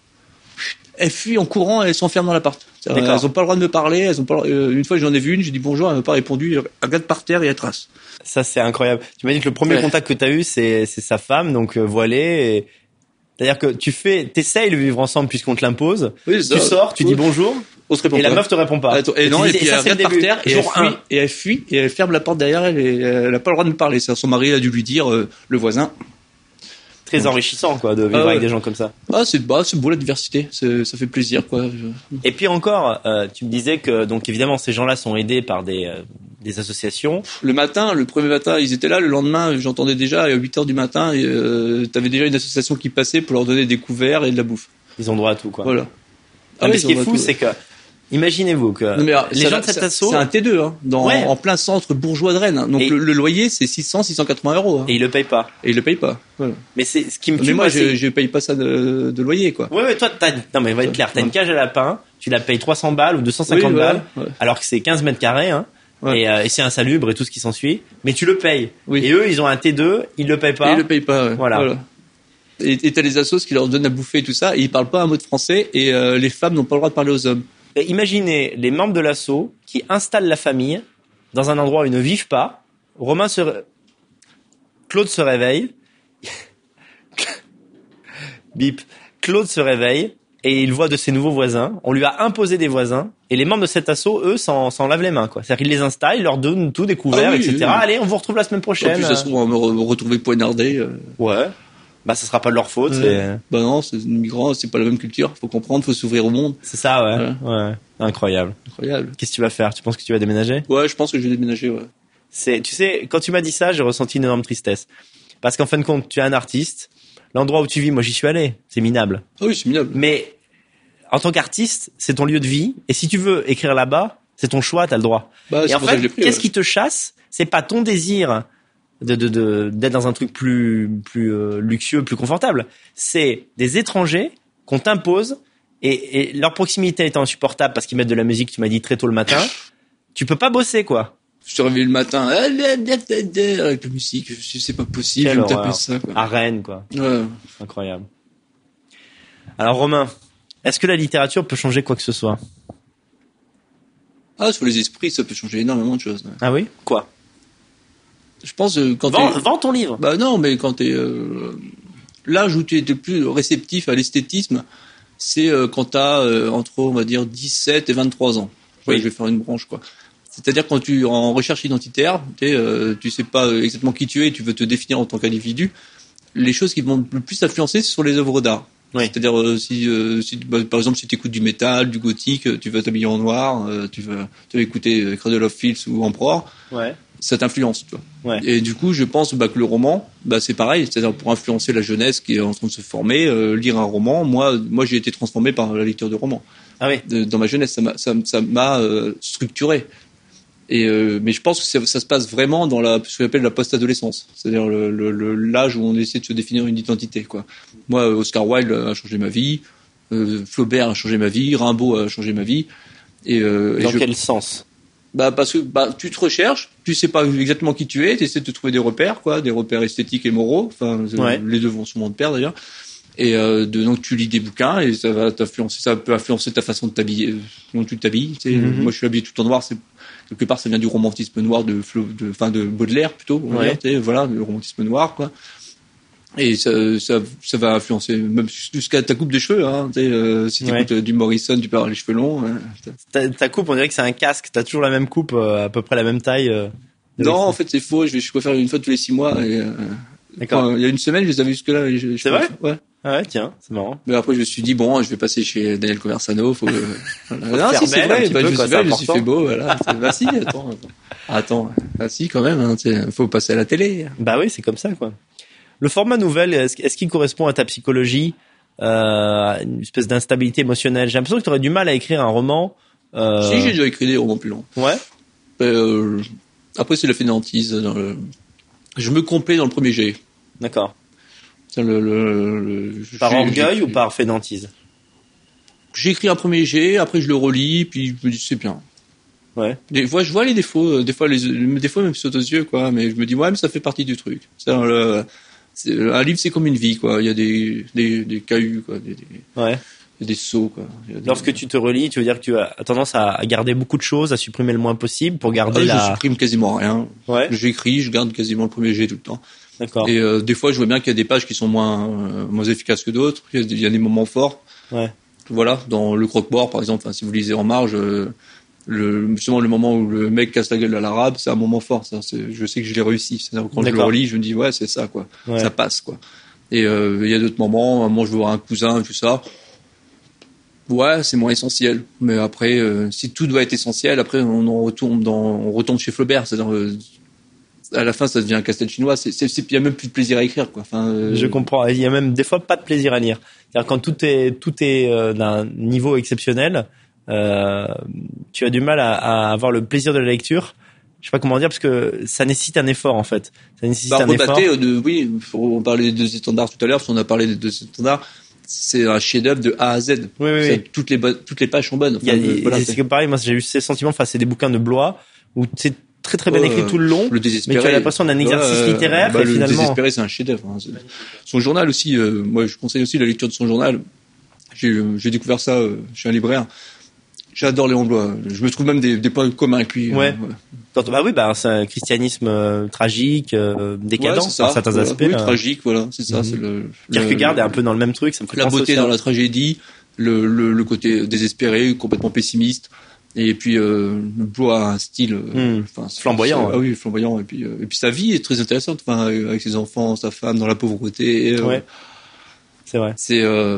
elles fuient en courant et elles s'enferment dans l'appart. Elles n'ont pas le droit de me parler. Elles ont pas. Une fois, j'en ai vu une, j'ai dit bonjour, elle m'a pas répondu. Elle regarde par terre et elle trace. Ça, c'est incroyable. Tu m'as dit que le premier contact que t'as eu, c'est sa femme, donc voilée. C'est-à-dire que t'essayes de vivre ensemble puisqu'on te l'impose. Oui, tu sors, tu dis bonjour. On se répond et la meuf te répond pas. Et non, et puis elle regarde par terre et elle fuit et elle ferme la porte derrière elle et elle a pas le droit de me parler. Son mari a dû lui dire, le voisin. Très enrichissant, quoi, de vivre avec des gens comme ça. Ah, c'est beau la diversité. Ça fait plaisir, quoi. Et puis encore, tu me disais que, donc évidemment, ces gens-là sont aidés par des associations. Le premier matin, ils étaient là. Le lendemain, j'entendais déjà, à 8h du matin, t'avais déjà une association qui passait pour leur donner des couverts et de la bouffe. Ils ont droit à tout, quoi. Voilà. Mais ce qui est fou, c'est que, imaginez-vous que les gens de cet asso... C'est un T2, hein, en plein centre bourgeois de Rennes. Hein. Donc le loyer, c'est 680 €. Hein. Et ils le payent pas. Voilà. Mais c'est ce qui me tue. Mais moi, je paye pas ça de loyer, quoi. Ouais, toi, non, mais va être clair. T'as une cage à lapin, tu la payes 300 balles ou 250 balles, alors que c'est 15 mètres carrés, hein. Ouais. Et c'est insalubre et tout ce qui s'ensuit. Mais tu le payes. Oui. Et eux, ils ont un T2, ils le payent pas. Et ils le payent pas, ouais. Voilà. Et t'as les assos qui leur donnent à bouffer et tout ça, et ils parlent pas un mot de français, et les femmes n'ont pas le droit de parler aux hommes. Et imaginez les membres de l'asso qui installent la famille dans un endroit où ils ne vivent pas. Claude se réveille. Bip. Claude se réveille et il voit de ses nouveaux voisins. On lui a imposé des voisins et les membres de cet asso, eux, s'en lavent les mains, quoi. C'est-à-dire qu'ils les installent, ils leur donnent tout découvert, etc. Oui. Allez, on vous retrouve la semaine prochaine. En plus, ça se trouve, on va me retrouver poignardé. Ouais. Bah, ça sera pas de leur faute. Bah non, c'est des migrants, c'est pas la même culture. Faut comprendre, faut s'ouvrir au monde. C'est ça, ouais. Voilà. Ouais. Incroyable. Qu'est-ce que tu vas faire? Tu penses que tu vas déménager? Ouais, je pense que je vais déménager, ouais. Tu sais, quand tu m'as dit ça, j'ai ressenti une énorme tristesse. Parce qu'en fin de compte, tu es un artiste. L'endroit où tu vis, moi, j'y suis allé. C'est minable. Ah oui, c'est minable. Mais, en tant qu'artiste, c'est ton lieu de vie. Et si tu veux écrire là-bas, c'est ton choix, t'as le droit. Bah, et en fait, qu'est-ce qui te chasse? C'est pas ton désir d'être dans un truc plus luxueux, plus confortable. C'est des étrangers qu'on t'impose et leur proximité étant insupportable parce qu'ils mettent de la musique, tu m'as dit très tôt le matin. Tu peux pas bosser, quoi. Je te réveille le matin avec la musique, c'est pas possible, je vais me taper ça, quoi. À Rennes, quoi. Ouais. Incroyable. Alors, Romain, est-ce que la littérature peut changer quoi que ce soit? Ah, sur les esprits, ça peut changer énormément de choses. Ouais. Ah oui? Quoi? Je pense quand Vends ton livre. Bah non, mais quand t'es l'âge où tu es le plus réceptif à l'esthétisme, c'est quand t'as entre on va dire 17 et 23 ans. Ouais, Oui. je vais faire une branche quoi. C'est-à-dire quand tu en recherche identitaire, tu sais pas exactement qui tu es, tu veux te définir en tant qu'individu. Les choses qui vont le plus influencer, ce sont les œuvres d'art. Oui. C'est-à-dire par exemple si tu écoutes du métal, du gothique, tu vas t'habiller en noir, tu vas écouter Cradle of Filth ou Emperor, Ouais. ça t'influence, tu vois. Ouais. Et du coup, je pense que le roman, c'est pareil, c'est-à-dire pour influencer la jeunesse qui est en train de se former, lire un roman. Moi, j'ai été transformé par la lecture de romans. Ah oui. Dans ma jeunesse, ça m'a structuré. Et mais je pense que ça se passe vraiment dans ce qu'on appelle la post-adolescence, c'est-à-dire l'âge où on essaie de se définir une identité, quoi. Moi, Oscar Wilde a changé ma vie, Flaubert a changé ma vie, Rimbaud a changé ma vie. Dans quel sens? Parce que tu te recherches, tu sais pas exactement qui tu es, tu essaies de trouver des repères, quoi, des repères esthétiques et moraux. Enfin, Ouais. les deux vont souvent de pair d'ailleurs. Et donc tu lis des bouquins et ça va t'influencer, ça peut influencer ta façon de t'habiller, dont tu t'habilles. Tu sais. Moi, je suis habillé tout en noir. C'est quelque part, ça vient du romantisme noir de Baudelaire plutôt. On va dire, tu sais, voilà, le romantisme noir, quoi. Et ça va influencer même jusqu'à ta coupe de cheveux, hein. Tu sais, si tu écoutes du Morrison, tu peux avoir les cheveux longs. Hein. Ta coupe, on dirait que c'est un casque. T'as toujours la même coupe, à peu près la même taille. Non, en fait, c'est faux. Je peux faire une fois tous les 6 mois. Et, D'accord. Il y a une semaine, je les avais jusque là. C'est vrai? Ouais. Ah ouais, tiens, c'est marrant. Mais après, je me suis dit, bon, je vais passer chez Daniel Conversano. Faut non, faire si, c'est belle, vrai. un petit peu, Je suis quoi, c'est belle, je important. suis fait beau, voilà. Bah si, attends. Bah si, quand même, hein, faut passer à la télé. Bah oui, c'est comme ça, quoi. Le format nouvelle, est-ce qu'il correspond à ta psychologie, une espèce d'instabilité émotionnelle? J'ai l'impression que tu aurais du mal à écrire un roman. Si, j'ai déjà écrit des romans plus longs. Ouais. Après, c'est la fainéantise. Je me complais dans le premier jet. D'accord. Par orgueil ou par fainéantise? J'écris un premier jet, après je le relis, puis je me dis c'est bien. Ouais. Des fois, je vois les défauts, des fois même me sautent aux yeux, quoi, mais je me dis ouais, mais ça fait partie du truc. Un livre, c'est comme une vie, quoi. Il y a des cailloux, quoi, Ouais. des sauts, quoi. Lorsque tu te relis, tu veux dire que tu as tendance à garder beaucoup de choses, à supprimer le moins possible pour garder je supprime quasiment rien. Ouais. J'écris, je garde quasiment le premier jet tout le temps. D'accord. Et des fois, je vois bien qu'il y a des pages qui sont moins efficaces que d'autres. Il y a des moments forts. Ouais. Voilà, dans le croque-mort, par exemple, si vous lisez En Marge, justement le moment où le mec casse la gueule à l'arabe, c'est un moment fort. Ça, je sais que je l'ai réussi. C'est-à-dire quand je le relis, je me dis ouais, c'est ça, quoi. Ouais. Ça passe, quoi. Et il y a d'autres moments. Moi, je veux voir un cousin, tout ça. Ouais, c'est moins essentiel. Mais après, si tout doit être essentiel, après on retombe chez Flaubert. C'est-à-dire à la fin, ça devient un casse-tête chinois. Il y a même plus de plaisir à écrire, quoi. Enfin, Je comprends. Il y a même des fois pas de plaisir à lire. C'est-à-dire quand tout est d'un niveau exceptionnel, tu as du mal à avoir le plaisir de la lecture. Je sais pas comment dire parce que ça nécessite un effort en fait. Ça nécessite un effort. Oui, on parlait des deux standards tout à l'heure. Si on a parlé des deux standards, c'est un chef-d'œuvre de A à Z. Oui. Toutes les pages sont bonnes. Enfin, c'est pareil. Moi, j'ai eu ces sentiments. Enfin, c'est des bouquins de Blois où c'est très très bien écrit tout le long. Le Désespéré. Mais tu as l'impression d'un exercice littéraire. Et le finalement... Désespéré, c'est un chef-d'œuvre. Hein. Son journal aussi. Moi, je conseille aussi la lecture de son journal. J'ai découvert ça chez un libraire. J'adore Léon Blois. Je me trouve même des points communs avec lui. Ouais. C'est un christianisme tragique, décadent dans certains aspects. Oui, tragique, voilà, c'est ça. C'est Kierkegaard est un peu dans le même truc. Ça me fait la beauté dans la tragédie, le côté désespéré, complètement pessimiste. Et puis Blois a un style flamboyant. Ah oui, flamboyant. Et puis sa vie est très intéressante. Enfin, avec ses enfants, sa femme dans la pauvreté. Ouais. C'est vrai. C'est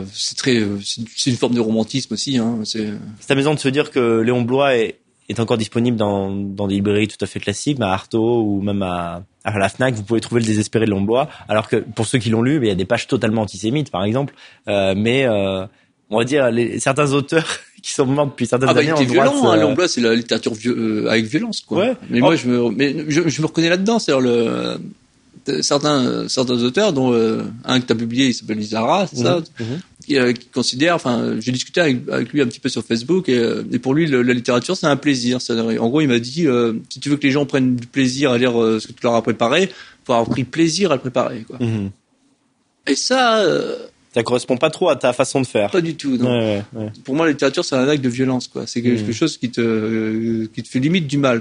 une forme de romantisme aussi. Hein. C'est amusant de se dire que Léon Blois est encore disponible dans des librairies tout à fait classiques, à Artaud ou même à la Fnac. Vous pouvez trouver le Désespéré de Léon Blois. Alors que pour ceux qui l'ont lu, il y a des pages totalement antisémites, par exemple. On va dire certains auteurs qui sont morts depuis certaines années. Il était violent. Léon Blois, c'est la littérature avec violence, quoi. Ouais. Mais moi, je me reconnais là-dedans. C'est-à-dire certains auteurs, dont un que tu as publié, il s'appelle Isara, c'est ça, qui considère, j'ai discuté avec lui un petit peu sur Facebook, et pour lui, la littérature, c'est un plaisir. En gros, il m'a dit, si tu veux que les gens prennent du plaisir à lire ce que tu leur as préparé, faut avoir pris plaisir à le préparer, quoi. Et ça correspond pas trop à ta façon de faire. Pas du tout, non. Ouais. Pour moi, la littérature, c'est un acte de violence, quoi. C'est quelque chose qui te fait limite du mal.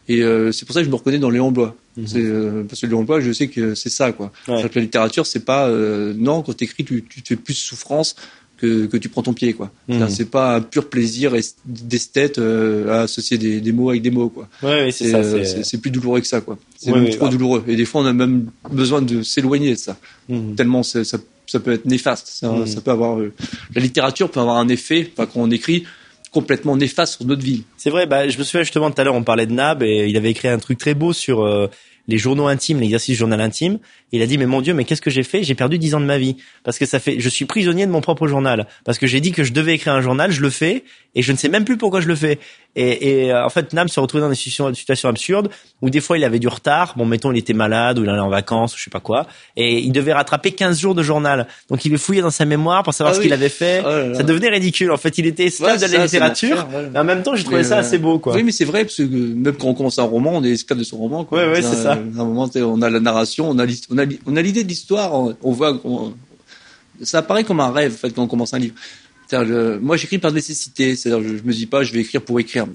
Et c'est pour ça que je me reconnais dans Léon Bloy. C'est parce que Léon Bloy, je sais que c'est ça, quoi. C'est-à-dire que la littérature, c'est pas non, quand t'écris, tu te fais plus souffrance que tu prends ton pied, quoi. C'est pas un pur plaisir d'esthète à associer des mots avec des mots, quoi. Ouais, c'est ça. C'est plus douloureux que ça, quoi. C'est même trop douloureux. Et des fois, on a même besoin de s'éloigner de ça. Tellement ça peut être néfaste. Ça peut avoir la littérature peut avoir un effet, enfin, quand on écrit, complètement néfaste sur notre vie. C'est vrai, je me souviens justement tout à l'heure, on parlait de Nab et il avait écrit un truc très beau sur les journaux intimes, l'exercice du journal intime. Et il a dit, mais mon Dieu, mais qu'est-ce que j'ai fait? J'ai perdu 10 ans de ma vie. Parce que je suis prisonnier de mon propre journal. Parce que j'ai dit que je devais écrire un journal, je le fais, et je ne sais même plus pourquoi je le fais. Et en fait, Nab se retrouvait dans des situations absurdes, où des fois il avait du retard. Bon, mettons, il était malade, ou il allait en vacances, ou je sais pas quoi. Et il devait rattraper 15 jours de journal. Donc il fouillait dans sa mémoire pour savoir ce qu'il avait fait. Ça devenait ridicule. En fait, il était esclave de la littérature. Mais en même temps, je trouvais ça assez beau, quoi. Oui, mais c'est vrai, parce que même quand on commence un roman, on est esclave de son roman, quoi. Ouais, c'est ça. À un moment, on a la narration, on a l'idée de l'histoire, on voit, ça apparaît comme un rêve, en fait, quand on commence un livre. Moi, j'écris par nécessité, c'est-à-dire, je me dis pas, je vais écrire pour écrire.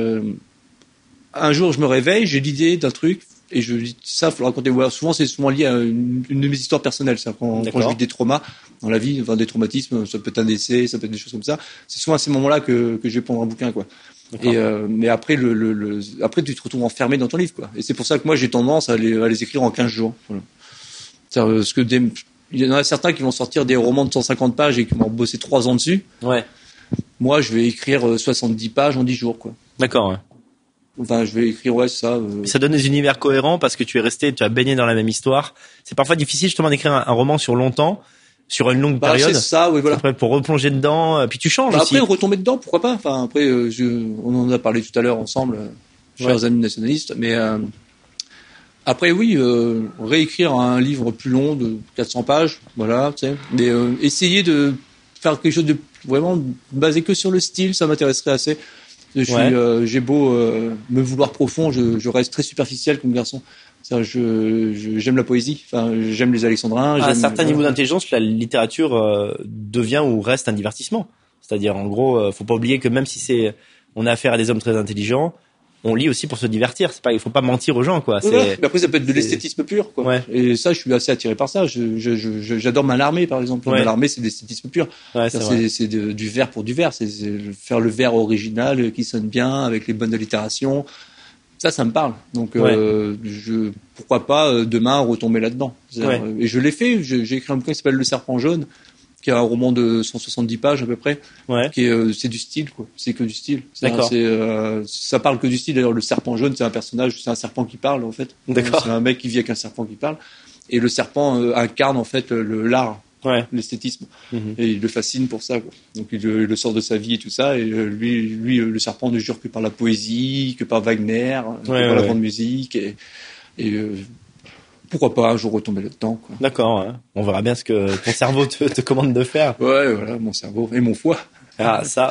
Un jour, je me réveille, j'ai l'idée d'un truc, et je dis, ça, faut le raconter. Ouais, c'est souvent lié à une de mes histoires personnelles, c'est-à-dire quand je vis des traumas dans la vie, enfin, des traumatismes, ça peut être un décès, ça peut être des choses comme ça. C'est souvent à ces moments-là que je vais prendre un bouquin, quoi. Mais après, après, tu te retrouves enfermé dans ton livre, quoi. Et c'est pour ça que moi, j'ai tendance à les écrire en 15 jours. Voilà. C'est-à-dire, parce que il y en a certains qui vont sortir des romans de 150 pages et qui vont bosser 3 ans dessus. Ouais. Moi, je vais écrire 70 pages en 10 jours, quoi. D'accord, ouais. Enfin, je vais écrire, ça. Ça donne des univers cohérents parce que tu as baigné dans la même histoire. C'est parfois difficile, justement, d'écrire un roman sur longtemps, sur une longue période. C'est ça, oui, voilà. Après, pour replonger dedans, puis tu changes aussi. Après, retomber dedans, pourquoi pas. Enfin, après, on en a parlé tout à l'heure ensemble, chers amis nationalistes, mais après, oui, réécrire un livre plus long de 400 pages, voilà, tu sais. Mais essayer de faire quelque chose de vraiment basé que sur le style, ça m'intéresserait assez. J'ai beau me vouloir profond, je reste très superficiel comme garçon. J'aime la poésie, enfin, j'aime les alexandrins. À un certain niveau d'intelligence, la littérature devient ou reste un divertissement. C'est-à-dire, en gros, faut pas oublier que même si on a affaire à des hommes très intelligents, on lit aussi pour se divertir. Il faut pas mentir aux gens, quoi. Mais après, ça peut être de l'esthétisme pur, quoi. Ouais. Et ça, je suis assez attiré par ça. J'adore Mallarmé, par exemple. Ouais. Mallarmé, c'est de l'esthétisme pur. Ouais, c'est du vers pour du vers. C'est faire le vers original qui sonne bien avec les bonnes allitérations. Ça me parle. Donc, pourquoi pas demain retomber là-dedans. Et je l'ai fait. J'ai écrit un bouquin qui s'appelle Le Serpent Jaune, qui est un roman de 170 pages à peu près, c'est du style, quoi. C'est que du style. D'accord. Ça parle que du style. D'ailleurs, le serpent jaune, c'est un personnage, c'est un serpent qui parle, en fait. D'accord. C'est un mec qui vit avec un serpent qui parle. Et le serpent incarne, en fait, l'art, l'esthétisme. Et il le fascine pour ça, quoi. Donc, il le sort de sa vie et tout ça. Et lui, le serpent ne jure que par la poésie, que par Wagner, que par la grande musique. Et pourquoi pas un jour retomber là-dedans, quoi. D'accord, ouais. On verra bien ce que ton cerveau te commande de faire. Ouais, voilà, mon cerveau et mon foie. Ah, ça.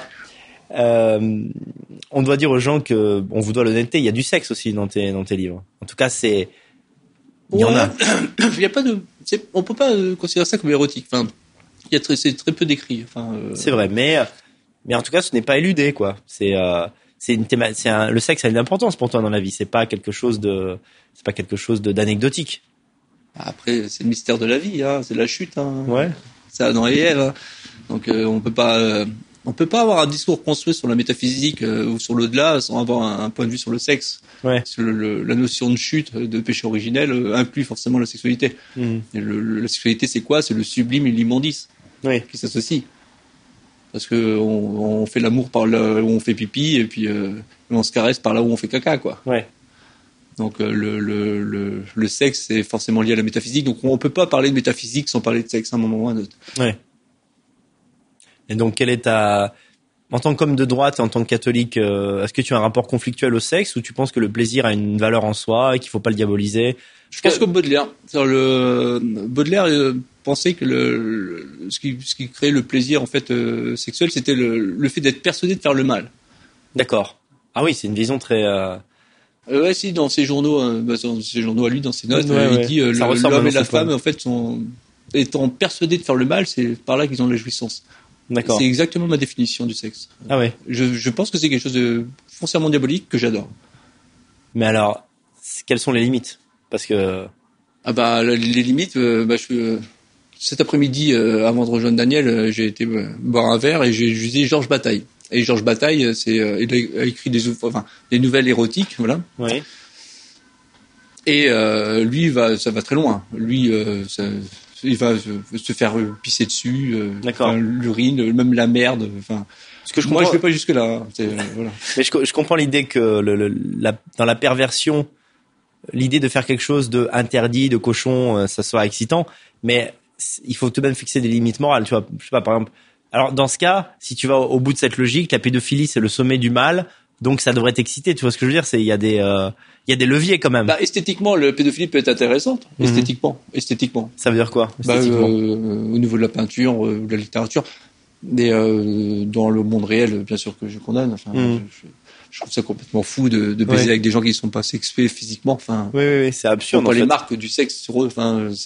On doit dire aux gens que on vous doit l'honnêteté. Il y a du sexe aussi dans tes livres. En tout cas, il y en a. Il y a pas on peut pas considérer ça comme érotique. Enfin, c'est très peu décrit. Enfin, c'est vrai, mais en tout cas, ce n'est pas éludé, quoi. Le sexe a une importance pour toi dans la vie. C'est pas quelque chose d'anecdotique. Après, c'est le mystère de la vie, hein. C'est la chute, hein. Ouais. C'est Adam et Ève, hein. Donc, on peut pas avoir un discours construit sur la métaphysique ou sur l'au-delà sans avoir un point de vue sur le sexe. Ouais. Parce que la notion de chute, de péché originel, inclut forcément la sexualité. Et la sexualité, c'est quoi? C'est le sublime et l'immondice qui s'associent. Parce que on fait l'amour par là où on fait pipi et puis on se caresse par là où on fait caca, quoi. Ouais. Donc le sexe, c'est forcément lié à la métaphysique. Donc on peut pas parler de métaphysique sans parler de sexe à un moment ou à un autre. Ouais. Et donc quelle est en tant qu'homme de droite et en tant que catholique, est-ce que tu as un rapport conflictuel au sexe ou tu penses que le plaisir a une valeur en soi et qu'il faut pas le diaboliser? Je pense comme Baudelaire. Baudelaire pensait que ce qui créait le plaisir en fait sexuel, c'était le fait d'être persuadé de faire le mal. D'accord. Ah oui, c'est une vision très si, dans ses journaux, à lui, dans ses notes, il dit l'homme et la femme, en fait, étant persuadés de faire le mal, c'est par là qu'ils ont la jouissance. D'accord. C'est exactement ma définition du sexe. Ah ouais. Je pense que c'est quelque chose de foncièrement diabolique que j'adore. Mais alors, quelles sont les limites? Parce que Ah bah les limites, cet après-midi, avant de rejoindre Daniel, j'ai été boire un verre et j'ai utilisé Georges Bataille. Et Georges Bataille, il a écrit des nouvelles érotiques, voilà. oui. Et lui, ça va très loin. Lui, il va se faire pisser dessus, D'accord. l'urine, même la merde. Ce que Moi, je vais pas jusque là. Voilà. Mais je comprends l'idée que dans la perversion, l'idée de faire quelque chose de interdit, de cochon, ça soit excitant, mais il faut tout de même fixer des limites morales. Tu vois, je sais pas, par exemple. Alors dans ce cas, si tu vas au bout de cette logique, la pédophilie c'est le sommet du mal, donc ça devrait t'exciter. Tu vois ce que je veux dire? Il y a des leviers quand même. Bah, esthétiquement, la pédophilie peut être intéressante. Esthétiquement. Ça veut dire quoi? Esthétiquement. Au niveau de la peinture, de la littérature, mais dans le monde réel, bien sûr que je condamne. Je trouve ça complètement fou de baiser avec des gens qui ne sont pas sexués physiquement. Oui, c'est absurde. Quand les marques du sexe sur eux,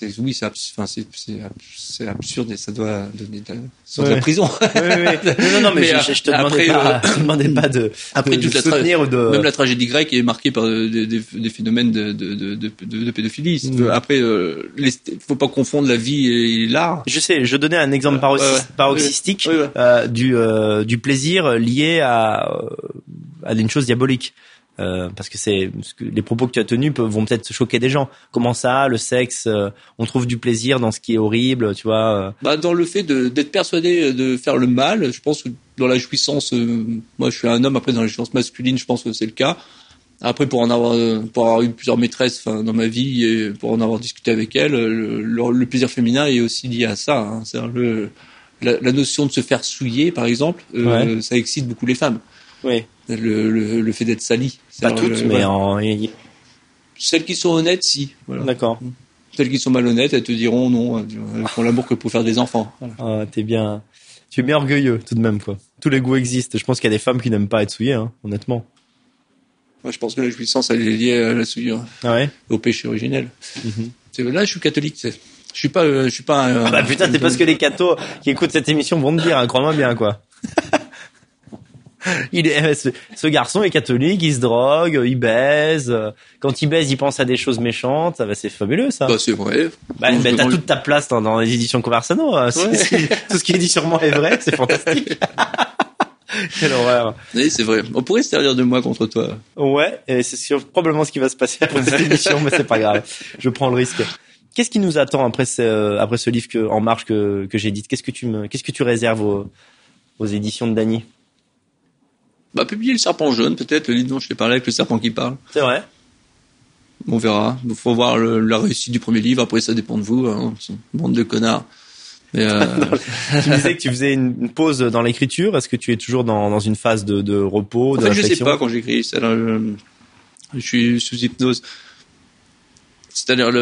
c'est absurde et ça doit donner de la prison. Non, mais je te demandais pas de soutenir ou de... Même la tragédie grecque est marquée par des phénomènes de pédophilie. Après, faut pas confondre la vie et l'art. Je sais, je donnais un exemple paroxystique du plaisir lié à une chose diabolique. Parce que les propos que tu as tenus vont peut-être choquer des gens. Comment ça, le sexe, on trouve du plaisir dans ce qui est horrible, tu vois? Dans le fait d'être persuadé de faire le mal, je pense que dans la jouissance, moi je suis un homme, après dans la jouissance masculine, je pense que c'est le cas. Après pour avoir eu plusieurs maîtresses dans ma vie et pour en avoir discuté avec elles, le plaisir féminin est aussi lié à ça. Hein. C'est-à-dire la notion de se faire souiller, par exemple, ça excite beaucoup les femmes. Oui. Le fait d'être sali. Pas toutes, mais celles qui sont honnêtes, si. Voilà. D'accord. Celles qui sont malhonnêtes, elles te diront non, elles font l'amour que pour faire des enfants. Voilà. Ah, tu es bien orgueilleux tout de même, quoi. Tous les goûts existent. Je pense qu'il y a des femmes qui n'aiment pas être souillées, hein, honnêtement. Moi, je pense que la jouissance, elle est liée à la souillure. Ah ouais? Au péché originel. Là, je suis catholique, je suis pas putain, c'est parce que les cathos qui écoutent cette émission vont te dire, hein, crois-moi bien, quoi. Ce garçon est catholique, il se drogue, il baise. Quand il baise, il pense à des choses méchantes. C'est fabuleux, ça. C'est vrai. T'as toute ta place dans les éditions Conversano. Hein. Tout ce qui est dit sur moi est vrai, c'est fantastique. Quelle horreur. Oui, c'est vrai. On pourrait se servir de moi contre toi. Ouais, et c'est probablement ce qui va se passer après cette émission, mais c'est pas grave. Je prends le risque. Qu'est-ce qui nous attend après ce livre En Marche que j'édite? Qu'est-ce que tu réserves aux éditions de Dany? Publier Le Serpent Jaune, peut-être, le livre dont je t'ai parlé avec le serpent qui parle. C'est vrai. On verra. Il faut voir la réussite du premier livre. Après, ça dépend de vous. Hein. C'est une bande de connards. Mais Tu me disais que tu faisais une pause dans l'écriture. Est-ce que tu es toujours dans une phase de repos, de réflexion? Je sais pas quand j'écris. Je suis sous hypnose. C'est-à-dire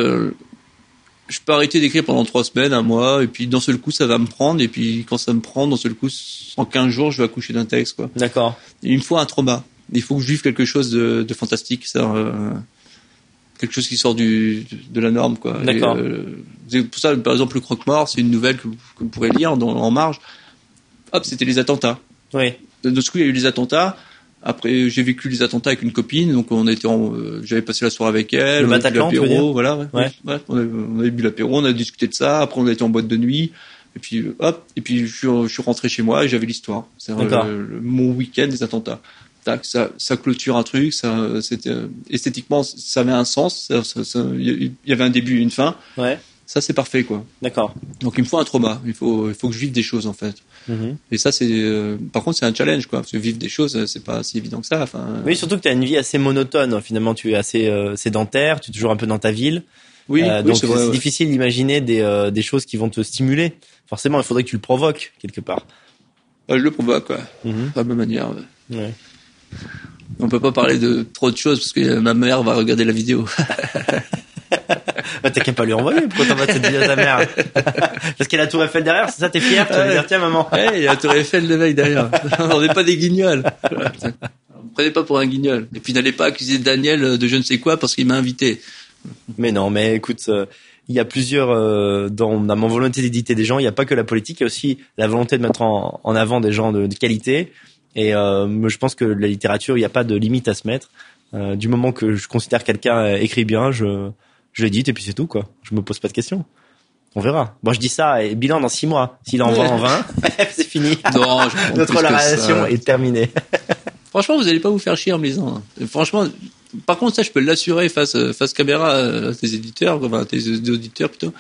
je peux arrêter d'écrire pendant 3 semaines, 1 mois, et puis d'un seul coup ça va me prendre, et puis quand ça me prend, d'un seul coup, en 15 jours, je vais accoucher d'un texte, quoi. D'accord. Et il me faut un trauma. Il faut que je vive quelque chose de fantastique, ça, quelque chose qui sort de la norme, quoi. D'accord. C'est pour ça, par exemple, Le Croque-Mort, c'est une nouvelle que vous pourrez lire en marge. Hop, c'était les attentats. Oui. De ce coup, il y a eu les attentats. Après, j'ai vécu les attentats avec une copine, donc j'avais passé la soirée avec elle. Le Bataclan, tu veux dire? Voilà. Ouais. On avait bu l'apéro, on a discuté de ça. Après, on a été en boîte de nuit. Et puis, je suis rentré chez moi et j'avais l'histoire. C'est mon week-end des attentats. Tac, ça clôture un truc. C'était esthétiquement, ça avait un sens. Il y avait un début et une fin. Ouais. Ça, c'est parfait, quoi. D'accord. Donc, il me faut un trauma. Il faut que je vive des choses, en fait. Et ça, par contre, c'est un challenge, quoi. Parce que vivre des choses, c'est pas si évident que ça. Oui, surtout que tu as une vie assez monotone. Finalement, tu es assez sédentaire. Tu es toujours un peu dans ta ville. Oui, donc c'est vrai, difficile d'imaginer des choses qui vont te stimuler. Forcément, il faudrait que tu le provoques quelque part. Je le provoque, quoi. De la même manière. Ouais. On peut pas parler de trop de choses parce que ma mère va regarder la vidéo. T'as qu'à pas lui envoyer. Pourquoi t'envoies cette vidéo à ta mère? Parce qu'il y a la Tour Eiffel derrière, c'est ça, t'es fier? Tu vas lui dire, tiens, maman. Il y a la Tour Eiffel de veille derrière. On n'est pas des guignols. Ne prenez pas pour un guignol. Et puis n'allez pas accuser Daniel de je ne sais quoi parce qu'il m'a invité. Mais non, mais écoute, il y a plusieurs, dans ma volonté d'éditer des gens, il n'y a pas que la politique, il y a aussi la volonté de mettre en avant des gens de qualité. Et je pense que la littérature, il n'y a pas de limite à se mettre. Du moment que je considère quelqu'un écrit bien, je l'édite et puis c'est tout, quoi. Je me pose pas de questions. On verra. Bon, je dis ça, et bilan dans 6 mois. S'il en vend en 20, c'est fini. Non, notre relation est terminée. Franchement, vous allez pas vous faire chier en me lisant. Hein. Franchement, par contre, ça, je peux l'assurer face caméra à tes éditeurs, enfin, à tes auditeurs plutôt.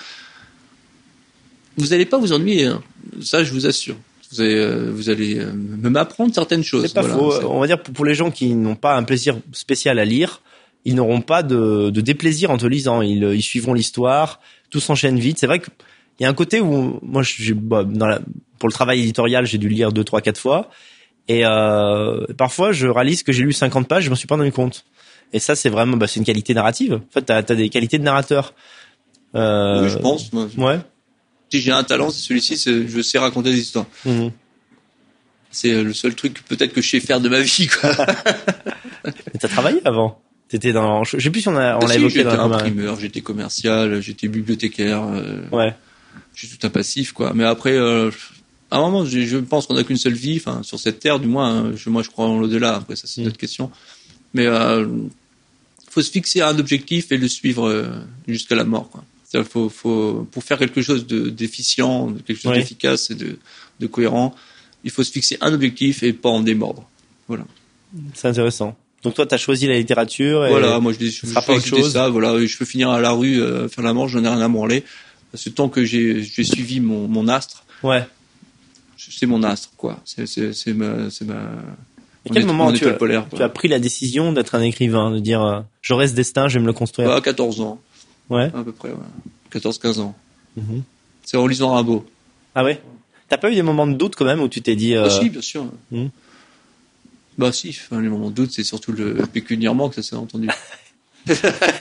Vous allez pas vous ennuyer. Hein. Ça, je vous assure. Vous allez même apprendre certaines choses. C'est pas faux. On va dire pour les gens qui n'ont pas un plaisir spécial à lire, ils n'auront pas de déplaisir en te lisant. Ils suivront l'histoire. Tout s'enchaîne vite. C'est vrai qu'il y a un côté où moi, pour le travail éditorial, j'ai dû lire 2, 3, 4 fois. Et parfois, je réalise que j'ai lu 50 pages, je m'en suis pas rendu compte. Et ça, c'est vraiment, c'est une qualité narrative. En fait, t'as des qualités de narrateur. Oui, je pense. Moi. Ouais. Si j'ai un talent, c'est celui-ci, je sais raconter des histoires. Mmh. C'est le seul truc peut-être que je sais faire de ma vie, quoi. Mais t'as travaillé avant. T'étais dans, je sais plus si on l'a évoqué dans la J'étais imprimeur, j'étais commercial, j'étais bibliothécaire. Ouais. J'ai tout un passif, quoi. Mais après, à un moment, je pense qu'on n'a qu'une seule vie, enfin, sur cette terre, du moins. Hein, moi, je crois en l'au-delà. Après, ça, c'est une autre question. Mais faut se fixer un objectif et le suivre jusqu'à la mort, quoi. C'est-à-dire, pour faire quelque chose d'efficient, quelque chose d'efficace et de cohérent, il faut se fixer un objectif et pas en démordre. Voilà. C'est intéressant. Donc toi, t'as choisi la littérature. Et voilà, moi je fais ça. Voilà, je peux finir à la rue, faire la manche, j'en ai rien à branler. Parce que tant que j'ai suivi mon astre. Ouais. C'est mon astre, quoi. C'est ma. À quel moment tu as pris la décision d'être un écrivain, de dire j'aurai ce destin, je vais me le construire? À 14 ans. Ouais. À peu près, ouais. 14-15 ans. Mm-hmm. C'est en lisant Rimbaud. Ah ouais? T'as pas eu des moments de doute quand même où tu t'es dit Bah si, bien sûr. Bah si, enfin, les moments de doute, c'est surtout le pécuniairement que ça s'est entendu. Et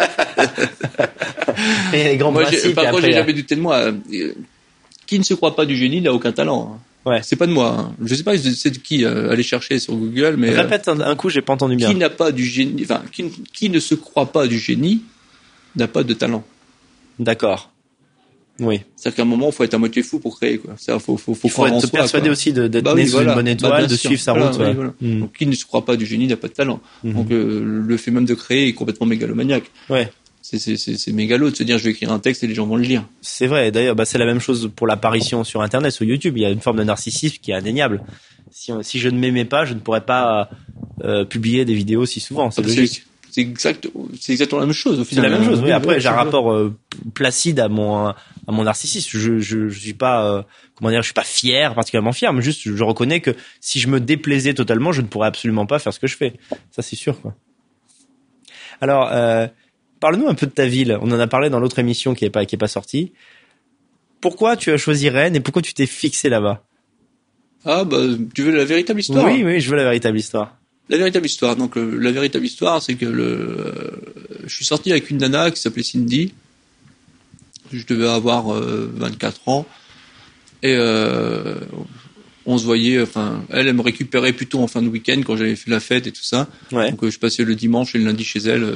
les grands principes. Par contre, j'ai jamais douté de moi. Qui ne se croit pas du génie n'a aucun talent. Ouais. C'est pas de moi. Hein. Je sais pas c'est de qui aller chercher sur Google, mais répète un coup, j'ai pas entendu bien. Qui n'a pas du génie, enfin qui ne se croit pas du génie n'a pas de talent. D'accord. Oui. C'est-à-dire qu'à un moment, il faut être à moitié fou pour créer, quoi. C'est-à-dire, faut être persuadé aussi d'être né sous une bonne étoile, de suivre sa route. Ouais. Voilà. Donc, qui ne se croit pas du génie n'a pas de talent. Donc, le fait même de créer est complètement mégalomaniaque. Ouais. C'est mégalo de se dire, je vais écrire un texte et les gens vont le lire. C'est vrai. D'ailleurs, c'est la même chose pour l'apparition sur Internet, sur YouTube. Il y a une forme de narcissisme qui est indéniable. Si je ne m'aimais pas, je ne pourrais pas publier des vidéos si souvent. C'est logique. C'est exactement la même chose au final. C'est la même chose. Oui. Après, j'ai un rapport placide à mon narcissisme. Je suis pas je suis pas particulièrement fier, mais juste je reconnais que si je me déplaisais totalement, je ne pourrais absolument pas faire ce que je fais. Ça c'est sûr, quoi. Alors parle-nous un peu de ta ville. On en a parlé dans l'autre émission qui est pas sortie. Pourquoi tu as choisi Rennes et pourquoi tu t'es fixé là-bas? Ah tu veux la véritable histoire? Oui, je veux la véritable histoire. La véritable histoire. Donc la véritable histoire, c'est que je suis sorti avec une nana qui s'appelait Cindy. Je devais avoir 24 ans et on se voyait. Enfin, elle me récupérait plutôt en fin de week-end quand j'avais fait la fête et tout ça. Ouais. Donc je passais le dimanche et le lundi chez elle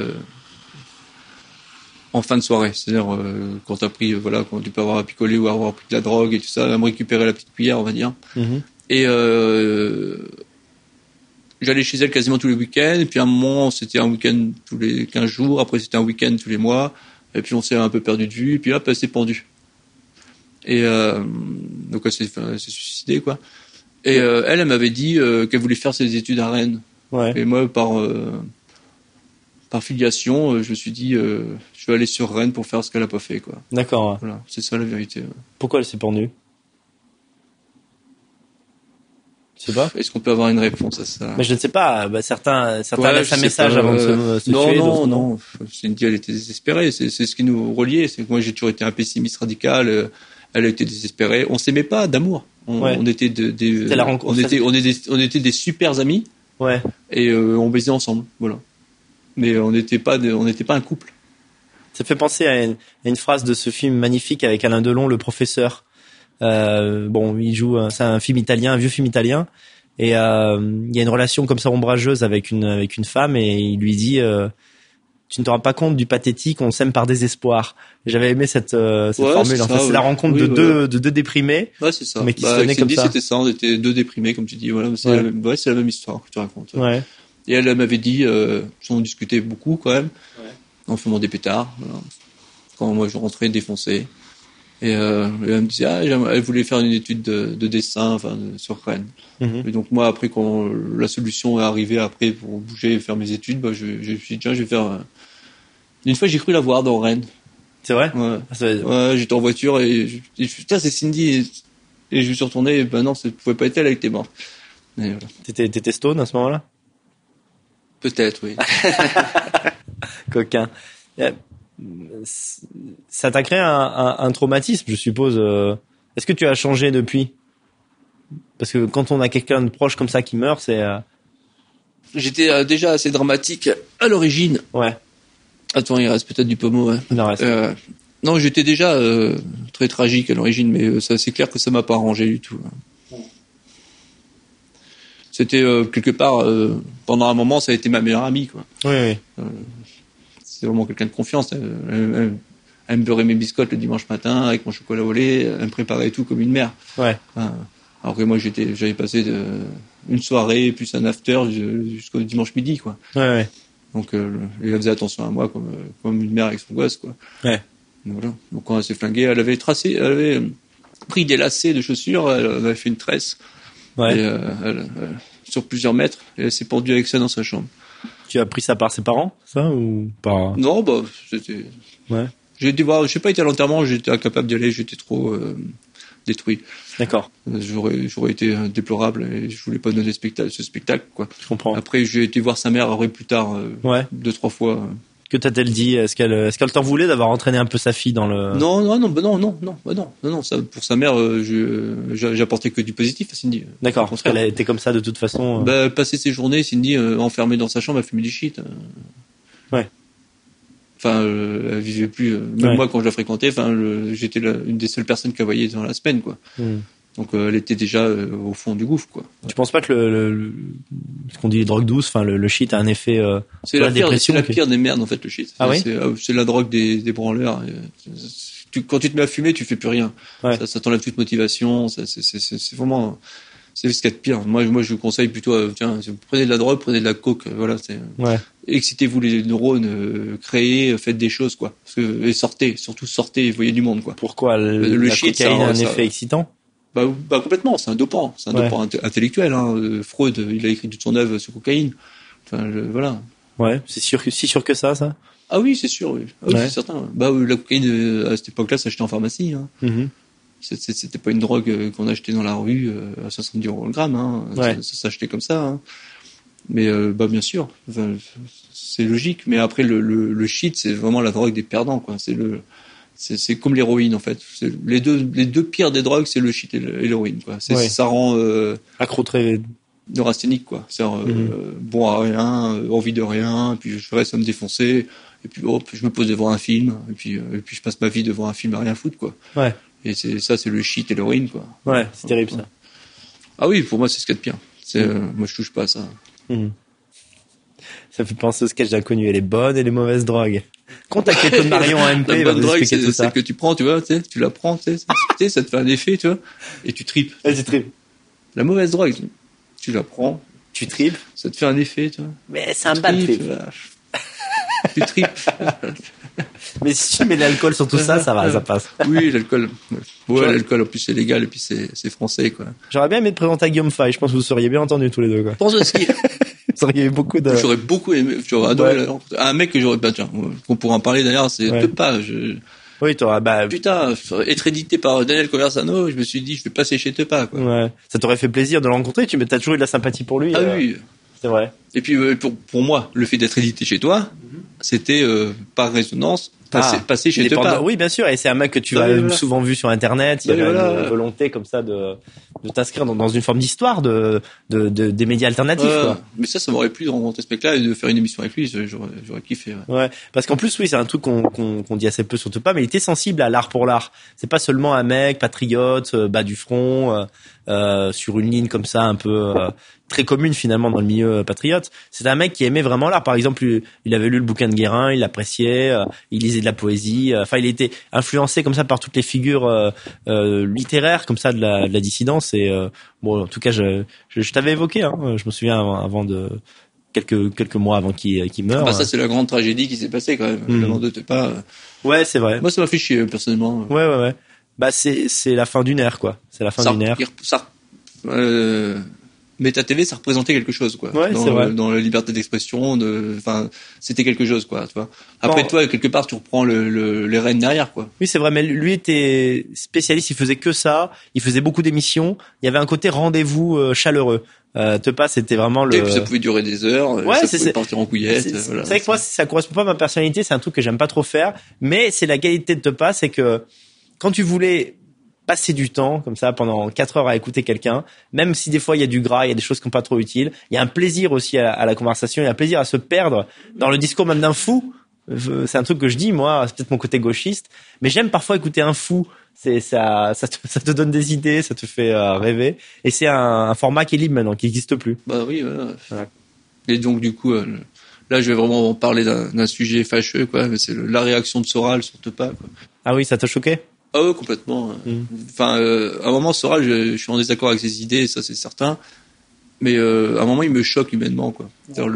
en fin de soirée. C'est-à-dire quand t'as pris quand tu peux avoir picolé ou avoir pris de la drogue et tout ça, elle me récupérait la petite cuillère, on va dire. Mm-hmm. Et j'allais chez elle quasiment tous les week-ends, et puis à un moment, c'était un week-end tous les 15 jours, après c'était un week-end tous les mois, et puis on s'est un peu perdu de vue, et puis là, elle s'est pendue. Et donc elle s'est suicidée, quoi. Et elle m'avait dit qu'elle voulait faire ses études à Rennes. Ouais. Et moi, par filiation, je me suis dit, je vais aller sur Rennes pour faire ce qu'elle a pas fait, quoi. D'accord. Voilà, c'est ça la vérité. Ouais. Pourquoi elle s'est pendue? Je sais pas. Est-ce qu'on peut avoir une réponse à ça? Mais je ne sais pas. Certains laissent un message avant de se tuer. Non. Cindy, elle était désespérée. C'est ce qui nous reliait. C'est que moi, j'ai toujours été un pessimiste radical. Elle a été désespérée. On s'aimait pas d'amour. On était on était des super amis. Ouais. Et on baisait ensemble. Voilà. Mais on n'était pas un couple. Ça fait penser à une phrase de ce film magnifique avec Alain Delon, Le Professeur. Il joue, c'est un film italien, un vieux film italien, et il y a une relation comme ça ombrageuse avec une femme, et il lui dit tu ne te rends pas compte du pathétique, on s'aime par désespoir. J'avais aimé cette formule. En fait, c'est la rencontre de deux déprimés, c'est ça. Mais qui se tenaient comme ça. C'était ça, on était deux déprimés, comme tu dis. Voilà, c'est la même histoire que tu racontes. Ouais. Et elle m'avait dit, on discutait beaucoup quand même, en fumant des pétards, voilà. Quand moi je rentrais défoncé. Et elle me disait, elle voulait faire une étude de dessin, sur Rennes. Et donc moi, après, quand la solution est arrivée après pour bouger et faire mes études, je me suis dit, tiens, je vais faire. Une fois, j'ai cru la voir dans Rennes. C'est vrai? Ouais. Ah, Ouais, j'étais en voiture et je me suis dit, putain, c'est Cindy. Et je me suis retourné, et non, ça pouvait pas être elle était morte. Et voilà. T'étais stone à ce moment-là? Peut-être, oui. Coquin. Ça t'a créé un traumatisme, je suppose. Est-ce que tu as changé depuis? Parce que quand on a quelqu'un de proche comme ça qui meurt, c'est... J'étais déjà assez dramatique à l'origine. Ouais. Attends, il reste peut-être du pommeau, ouais. Il en reste. Non, j'étais déjà très tragique à l'origine, mais ça, c'est clair que ça m'a pas arrangé du tout. C'était quelque part, pendant un moment, ça a été ma meilleure amie, quoi. Oui. C'est vraiment quelqu'un de confiance. Elle me beurrait mes biscottes le dimanche matin avec mon chocolat au lait. Elle me préparait tout comme une mère. Ouais. Alors que moi, j'avais passé une soirée plus un after jusqu'au dimanche midi, quoi. Ouais. Donc, elle faisait attention à moi comme une mère avec son gosse, quoi. Ouais. Voilà. Donc, quand elle s'est flinguée, elle avait pris des lacets de chaussures, elle avait fait une tresse. Ouais. Et, sur plusieurs mètres, et elle s'est pendue avec ça dans sa chambre. Tu as pris ça par ses parents, ça, ou par... Non, c'était... Ouais. J'ai pas été à l'enterrement, j'étais incapable d'y aller, j'étais trop détruit. D'accord. J'aurais été déplorable et je voulais pas donner ce spectacle, quoi. Je comprends. Après, j'ai été voir sa mère plus tard, 2-3 fois. Que t'a-t-elle dit? Est-ce qu'elle t'en voulait d'avoir entraîné un peu sa fille dans le... Non, ça, pour sa mère, j'apportais que du positif à Cindy. D'accord, parce qu'elle a été comme ça de toute façon. Passer ses journées, Cindy, enfermée dans sa chambre, à fumer du shit. Ouais. Enfin, elle vivait plus. Même moi, quand je la fréquentais, j'étais une des seules personnes qu'elle voyait dans la semaine, quoi. Donc, elle était déjà au fond du gouffre, quoi. Tu penses pas que ce qu'on dit les drogues douces, le shit a un effet c'est la pire des merdes, en fait, le shit. Ah oui. C'est la drogue des branleurs. Quand tu te mets à fumer, tu fais plus rien. Ouais. Ça t'enlève toute motivation. C'est vraiment, c'est ce qu'il y a de pire. Moi, je vous conseille plutôt, tiens, si vous prenez de la drogue, prenez de la coke. Voilà, excitez-vous les neurones, créez, faites des choses, quoi. Et surtout sortez, voyez du monde, quoi. Pourquoi le la shit, cocaïne a un effet excitant? Complètement, c'est un dopant. C'est un dopant intellectuel, hein. Freud, il a écrit toute son œuvre sur cocaïne. Voilà. Ouais, c'est si sûr que ça? Ah oui, c'est sûr, oui. Ah oui, c'est certain. La cocaïne, à cette époque-là, s'achetait en pharmacie, hein. C'était pas une drogue qu'on achetait dans la rue à 70 € le gramme, hein. Ça s'achetait comme ça, hein. Mais bien sûr, c'est logique. Mais après, le shit, c'est vraiment la drogue des perdants, quoi. C'est comme l'héroïne, en fait. Les deux pires des drogues, c'est le shit et l'héroïne, quoi. Ça rend accro très neurasthénique, quoi. C'est bon à rien, envie de rien, puis je reste à me défoncer, et puis je me pose devant un film, et puis je passe ma vie devant un film à rien foutre, quoi. Ouais. Et c'est le shit et l'héroïne, quoi. Ouais, c'est terrible, ça. Ah oui, pour moi, c'est ce qu'il y a de pire. Moi, je touche pas à ça. Ça fait penser au sketch d'Inconnu, et les bonnes et les mauvaises drogues. Contactez Claude Marion en MP, la bonne drogue, c'est tout ça. celle que tu prends, tu vois, tu la prends, ça te fait un effet, tu vois, et tu tripes. Ouais, tu tripes. La mauvaise drogue, tu la prends, tu tripes, ça te fait un effet, tu vois. Mais c'est un bad trip. Tu tripes. Mais si tu mets de l'alcool sur tout ça, ça va, ça passe. Oui, l'alcool. Ouais, l'alcool, en plus, c'est légal, et puis c'est français, quoi. J'aurais bien aimé te présenter à Guillaume Fay. Je pense que vous seriez bien entendus tous les deux, quoi. Je pense aussi. Vous auriez eu beaucoup de... J'aurais beaucoup aimé, j'aurais adoré la rencontre. Un mec que j'aurais, qu'on pourra en parler d'ailleurs, c'est Tepa. Oui, putain, être édité par Daniel Conversano, je me suis dit, je vais passer chez Tepa, quoi. Ouais. Ça t'aurait fait plaisir de le rencontrer, t'as toujours eu de la sympathie pour lui. Ah oui. C'est vrai. Et puis, pour moi, le fait d'être édité chez toi, c'était, par résonance, passer chez Tepa. Oui, bien sûr, et c'est un mec que tu as souvent vu sur Internet, il y avait une volonté comme ça de t'inscrire dans une forme d'histoire des médias alternatifs, quoi. Mais ça m'aurait plu de rencontrer ce mec-là et de faire une émission avec lui, j'aurais kiffé. Ouais, parce qu'en plus, oui, c'est un truc qu'on dit assez peu sur Tepa, mais il était sensible à l'art pour l'art. C'est pas seulement un mec patriote, bas du front, sur une ligne comme ça, un peu très commune finalement dans le milieu patriote. C'est un mec qui aimait vraiment l'art. Par exemple, il avait lu le bouquin de Guérin, il l'appréciait, il lisait de la poésie. Enfin, il était influencé comme ça par toutes les figures littéraires comme ça de la dissidence. Et bon, en tout cas, je t'avais évoqué. Hein, je me souviens avant de quelques mois avant qu'il meure. Ça c'est la grande tragédie qui s'est passée quand même. La mort de Tepa. Ouais, c'est vrai. Moi ça m'a fait chier personnellement. Ouais. Bah c'est la fin d'une ère quoi. C'est la fin d'une ère. Meta TV, ça représentait quelque chose, quoi. Ouais, c'est vrai. Dans la liberté d'expression, c'était quelque chose, quoi, tu vois. Après, toi, quelque part, tu reprends les rênes derrière, quoi. Oui, c'est vrai, mais lui était spécialiste, il faisait que ça, il faisait beaucoup d'émissions, il y avait un côté rendez-vous chaleureux. Tepa, c'était vraiment Et puis ça pouvait durer des heures, ouais, ça pouvait partir en couillette. C'est vrai que moi, ça correspond pas à ma personnalité, c'est un truc que j'aime pas trop faire, mais c'est la qualité de Tepa, c'est que quand tu voulais passer du temps comme ça pendant 4 heures à écouter quelqu'un, même si des fois il y a du gras, il y a des choses qui sont pas trop utiles, il y a un plaisir aussi à la conversation, il y a un plaisir à se perdre dans le discours même d'un fou. C'est un truc que je dis moi, c'est peut-être mon côté gauchiste, mais j'aime parfois écouter un fou. Ça te donne des idées, ça te fait rêver, et c'est un format qui est libre maintenant, qui n'existe plus. Bah oui, voilà. Et donc du coup, là je vais vraiment parler d'un sujet fâcheux, quoi. C'est la réaction de Soral sur Tepa, quoi. Ah oui, ça t'a choqué? Ah oui, complètement. Enfin, à un moment, Soral, je suis en désaccord avec ses idées, ça c'est certain. Mais à un moment, il me choque humainement, quoi. C'est-à-dire